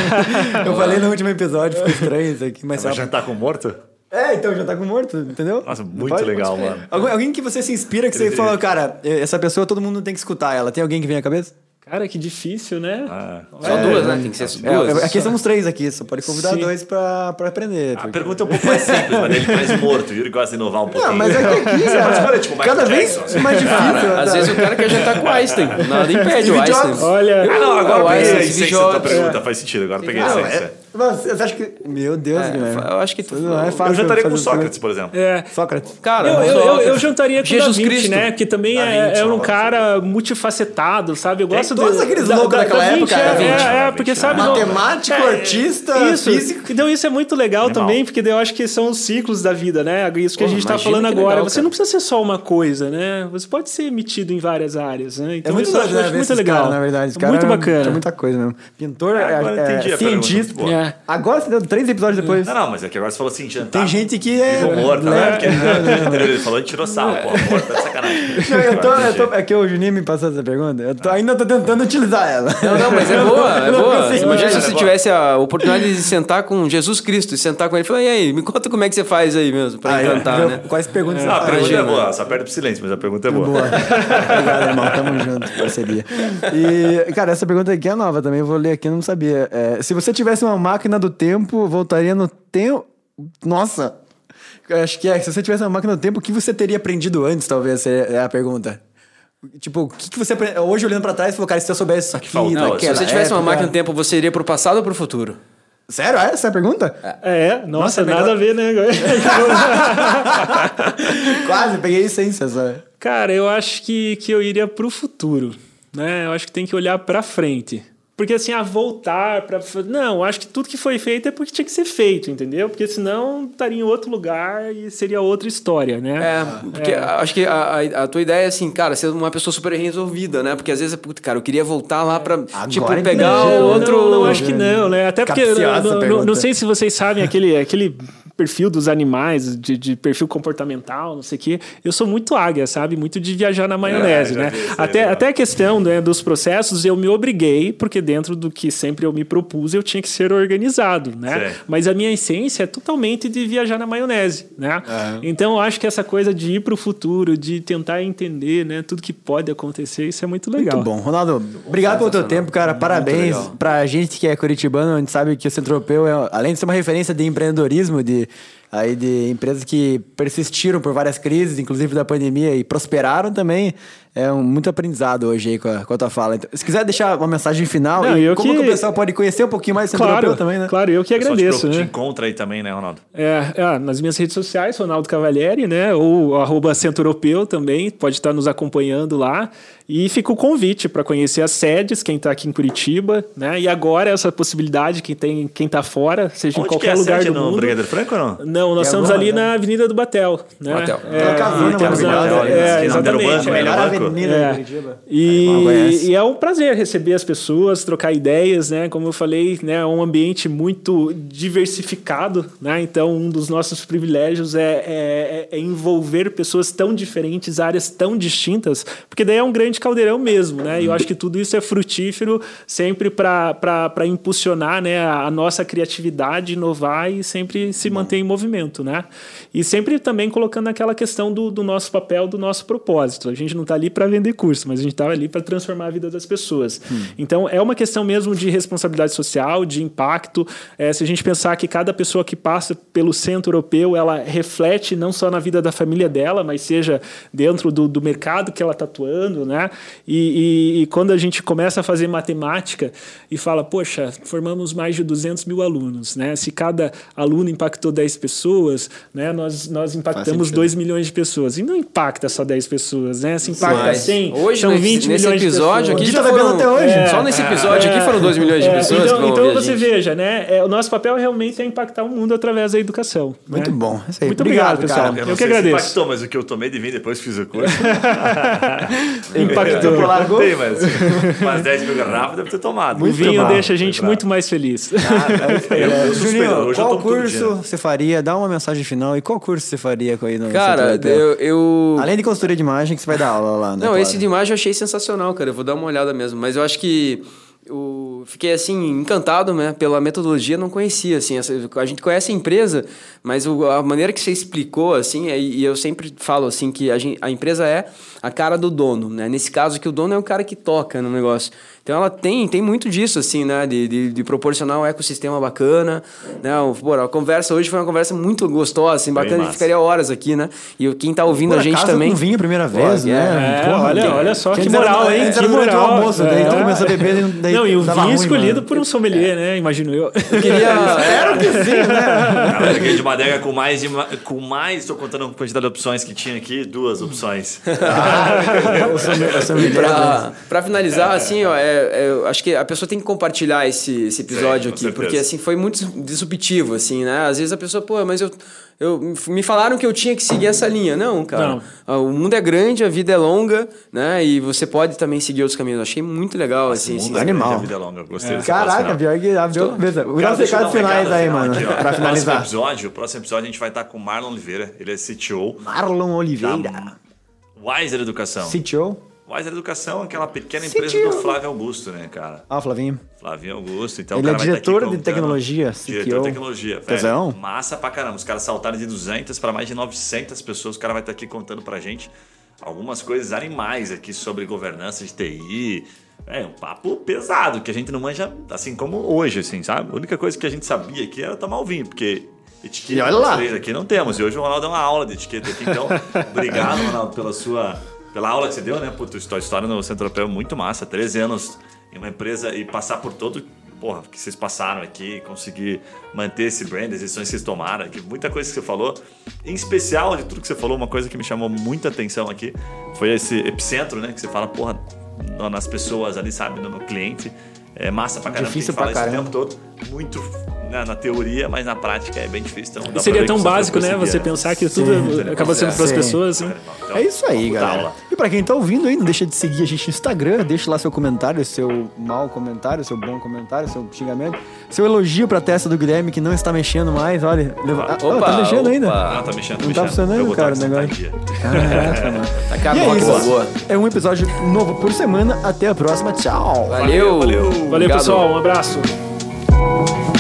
Eu falei no último episódio, ficou estranho isso aqui. Mas vai jantar com morto? Então jantar com morto, entendeu? Nossa, muito legal, mano. Alguém que você se inspira, que você fala, cara, essa pessoa todo mundo tem que escutar ela. Tem alguém que vem à cabeça? Cara, que difícil, né? Só 2, né? Tem que ser 2. Aqui somos 3 aqui, só pode convidar 2 pra aprender. A pergunta é um pouco mais simples, mas ele mais morto. O Yuri gosta de inovar um pouquinho. Não, mas aqui, cara, tipo, cada vez mais difícil. Cara, às vezes o cara quer jantar com o Einstein. Nada impede o Einstein. Olha... agora o peguei a Einstein, essência da tua pergunta, faz sentido. Agora peguei a essência. Você acha que... Meu Deus, Guilherme. Eu acho que não é fácil. Eu jantaria com Sócrates, por exemplo. Sócrates. Cara, eu jantaria com Jesus Da Vinci, Cristo, né? Que também é um cara multifacetado, sabe? Eu gosto todos aqueles loucos daquela época. Porque sabe... Matemático, artista, físico. Então isso é muito legal também, porque eu acho que são os ciclos da vida, né? Isso que a gente tá falando agora. Legal, você não precisa ser só uma coisa, né? Você pode ser emitido em várias áreas, né? Então muito isso eu acho muito legal. Cara, na verdade. Muito bacana. É muita coisa mesmo. Pintor, cientista. Agora você deu 3 episódios depois. Não, mas é que agora você falou assim, jantar. Tem gente que é... morta, né? Ele falou de tirou sarro, pô. Morta tá de sacanagem. É que o Juninho me passou essa pergunta. Ainda tô tentando utilizar ela. Não, mas é boa. Imagina se você tivesse a oportunidade de sentar com Jesus Cristo e sentar com ele e falar, e aí, me conta como é que você faz aí mesmo pra encantar, né? Quais perguntas você faz? A pergunta é boa, só perde pro silêncio, mas a pergunta é boa. Obrigado, irmão. Tamo junto, parceria. E, cara, essa pergunta aqui é nova também, eu vou ler aqui, eu não sabia. Se você tivesse uma máquina do tempo, voltaria no tempo... Nossa! Acho que se você tivesse uma máquina do tempo, o que você teria aprendido antes, talvez, é a pergunta. Tipo, o que você aprendeu? Hoje, olhando pra trás, você falou, cara, se eu soubesse isso aqui... Se você tivesse uma máquina do tempo, você iria pro passado ou pro futuro? Sério? Essa é a pergunta? Nossa, nada a ver, né? Quase, peguei a essência, sabe? Cara, eu acho que eu iria pro futuro, né? Eu acho que tem que olhar pra frente. Porque assim, voltar para... Não, acho que tudo que foi feito é porque tinha que ser feito, entendeu? Porque senão estaria em outro lugar e seria outra história, né? Porque acho que a tua ideia é assim, cara, ser uma pessoa super resolvida, né? Porque às vezes, cara, eu queria voltar lá pra, tipo, pegar outro... Não, acho que não, né? Até porque, não sei se vocês sabem, aquele perfil dos animais, de perfil comportamental, não sei o quê. Eu sou muito águia, sabe? Muito de viajar na maionese, né? Até a questão, né, dos processos, eu me obriguei, porque dentro do que sempre eu me propus, eu tinha que ser organizado, né? Mas a minha essência é totalmente de viajar na maionese, né? Então, eu acho que essa coisa de ir para o futuro, de tentar entender, né, tudo que pode acontecer, isso é muito legal. Muito bom. Ronaldo, obrigado pelo teu tempo, cara. Parabéns. Pra gente que é curitibano, a gente sabe que o Centro Europeu, além de ser uma referência de empreendedorismo, de empresas que persistiram por várias crises, inclusive da pandemia, e prosperaram também. É muito aprendizado hoje aí com a tua fala. Então, se quiser deixar uma mensagem final, como que o pessoal pode conhecer um pouquinho mais do Centro Europeu também, né? Claro, eu que agradeço, né? Te encontra aí também, né, Ronaldo? Nas minhas redes sociais, Ronaldo Cavalieri, né? Ou @Centro Europeu também, pode estar nos acompanhando lá. E fica o convite para conhecer as sedes, quem está aqui em Curitiba, né? E agora essa possibilidade, quem está fora, seja em qualquer lugar do mundo. Brigadeiro Franco ou não? Não, nós estamos ali na Avenida do Batel, né? Batel. Exatamente. Melhor avenida de Curitiba. E é um prazer receber as pessoas, trocar ideias, né? Como eu falei, né? É um ambiente muito diversificado, né? Então, um dos nossos privilégios é envolver pessoas tão diferentes, áreas tão distintas, porque daí é um grande caldeirão mesmo, né? E eu acho que tudo isso é frutífero sempre para impulsionar, né, a nossa criatividade, inovar e sempre se manter em movimento, né? E sempre também colocando aquela questão do nosso papel, do nosso propósito. A gente não está ali para vender curso, mas a gente está ali para transformar a vida das pessoas. Então, é uma questão mesmo de responsabilidade social, de impacto. Se a gente pensar que cada pessoa que passa pelo Centro Europeu, ela reflete não só na vida da família dela, mas seja dentro do mercado que ela está atuando, né? E quando a gente começa a fazer matemática e fala, poxa, formamos mais de 200 mil alunos, né? Se cada aluno impactou 10 pessoas, né? Nós impactamos 2 milhões de pessoas. E não impacta só 10 pessoas, né? Se impacta 100, hoje, são 20 nesse milhões episódio de pessoas. aqui já foram, até hoje. Só nesse episódio aqui foram 2 milhões de pessoas. Então você veja, né? O nosso papel realmente é impactar o mundo através da educação. Muito bom. Muito obrigado, pessoal. Eu que agradeço. Impactou, mas o que eu tomei de vinho depois que fiz o curso. Impactou. Mas 10 mil garrafas deve ter tomado. O vinho deixa a gente muito mais feliz. Juninho, qual curso você faria? Dá uma mensagem final. E qual curso você faria aí no Cara, eu... Além de consultoria de imagem, que você vai dar aula lá, né? Não, esse de imagem eu achei sensacional, cara. Eu vou dar uma olhada mesmo. Mas eu acho que... Eu fiquei, assim, encantado, né? Pela metodologia, não conhecia, assim. A gente conhece a empresa, mas a maneira que você explicou, assim, e eu sempre falo, assim, que a empresa é a cara do dono, né? Nesse caso que o dono é o cara que toca no negócio. Então, ela tem muito disso, assim, né? De proporcionar um ecossistema bacana, né? A conversa hoje foi uma conversa muito gostosa, assim, bacana. A gente ficaria horas aqui, né? E quem tá ouvindo a gente também... com vinho a primeira vez, né? Olha só que moral, hein? Que moral. Almoço, daí tu começou a beber, não, e o vinho escolhido por um sommelier, né? Imagino eu. Espero que sim, né? Cara, eu fiquei de uma adega com mais, estou contando a quantidade de opções que tinha aqui, 2 opções. Pra finalizar, assim, ó, eu acho que a pessoa tem que compartilhar esse episódio aqui, porque assim, foi muito disruptivo, assim, né? Às vezes a pessoa, mas me falaram que eu tinha que seguir essa linha. Não, cara. Não. O mundo é grande, a vida é longa, né? E você pode também seguir outros caminhos. Eu achei muito legal, assim. O animal. A vida é longa, eu gostei desse Caraca, pior que abriu a cabeça. Os recados finais aí, mano. Pra finalizar. O próximo episódio a gente vai estar com o Marlon Oliveira. Ele é CTO. Marlon Oliveira. Wiser Educação. CTO? Wiser Educação é aquela pequena empresa do Flávio Augusto, né, cara? Flavinho. Flávio Augusto. Então, ele é diretor de tecnologia. Diretor de tecnologia. Tesão. Massa pra caramba. Os caras saltaram de 200 para mais de 900 pessoas. O cara vai estar aqui contando pra gente algumas coisas animais aqui sobre governança de TI. É um papo pesado, que a gente não manja assim como hoje, assim, sabe? A única coisa que a gente sabia aqui era tomar o vinho, porque... etiqueta, olha lá. Aqui não temos. E hoje o Ronaldo deu uma aula de etiqueta aqui. Então, obrigado, Ronaldo, pela aula que você deu, né? Tua história no Centro Europeu é muito massa. 13 anos em uma empresa e passar por todo... que vocês passaram aqui, conseguir manter esse brand, as decisões que vocês tomaram, que muita coisa que você falou, em especial de tudo que você falou, uma coisa que me chamou muita atenção aqui foi esse epicentro, né? Que você fala, nas pessoas ali, sabe? No cliente. É massa pra caramba. Difícil pra caramba. Esse tempo todo. Muito na teoria, mas na prática é bem difícil. Então, seria tão básico, né? Você pensar que tudo acaba sendo para as pessoas. Assim. Então, é isso aí, galera. E pra quem tá ouvindo aí, não deixa de seguir a gente no Instagram, deixa lá seu comentário, seu mau comentário, seu bom comentário, seu xingamento, seu elogio pra testa do Guilherme, que não está mexendo mais, olha. Tá mexendo ainda? Não, tá mexendo. Não tá funcionando, cara, o negócio. Caraca, mano. Tá acabando, boa. É um episódio novo por semana. Até a próxima. Tchau. Valeu, pessoal. Um abraço.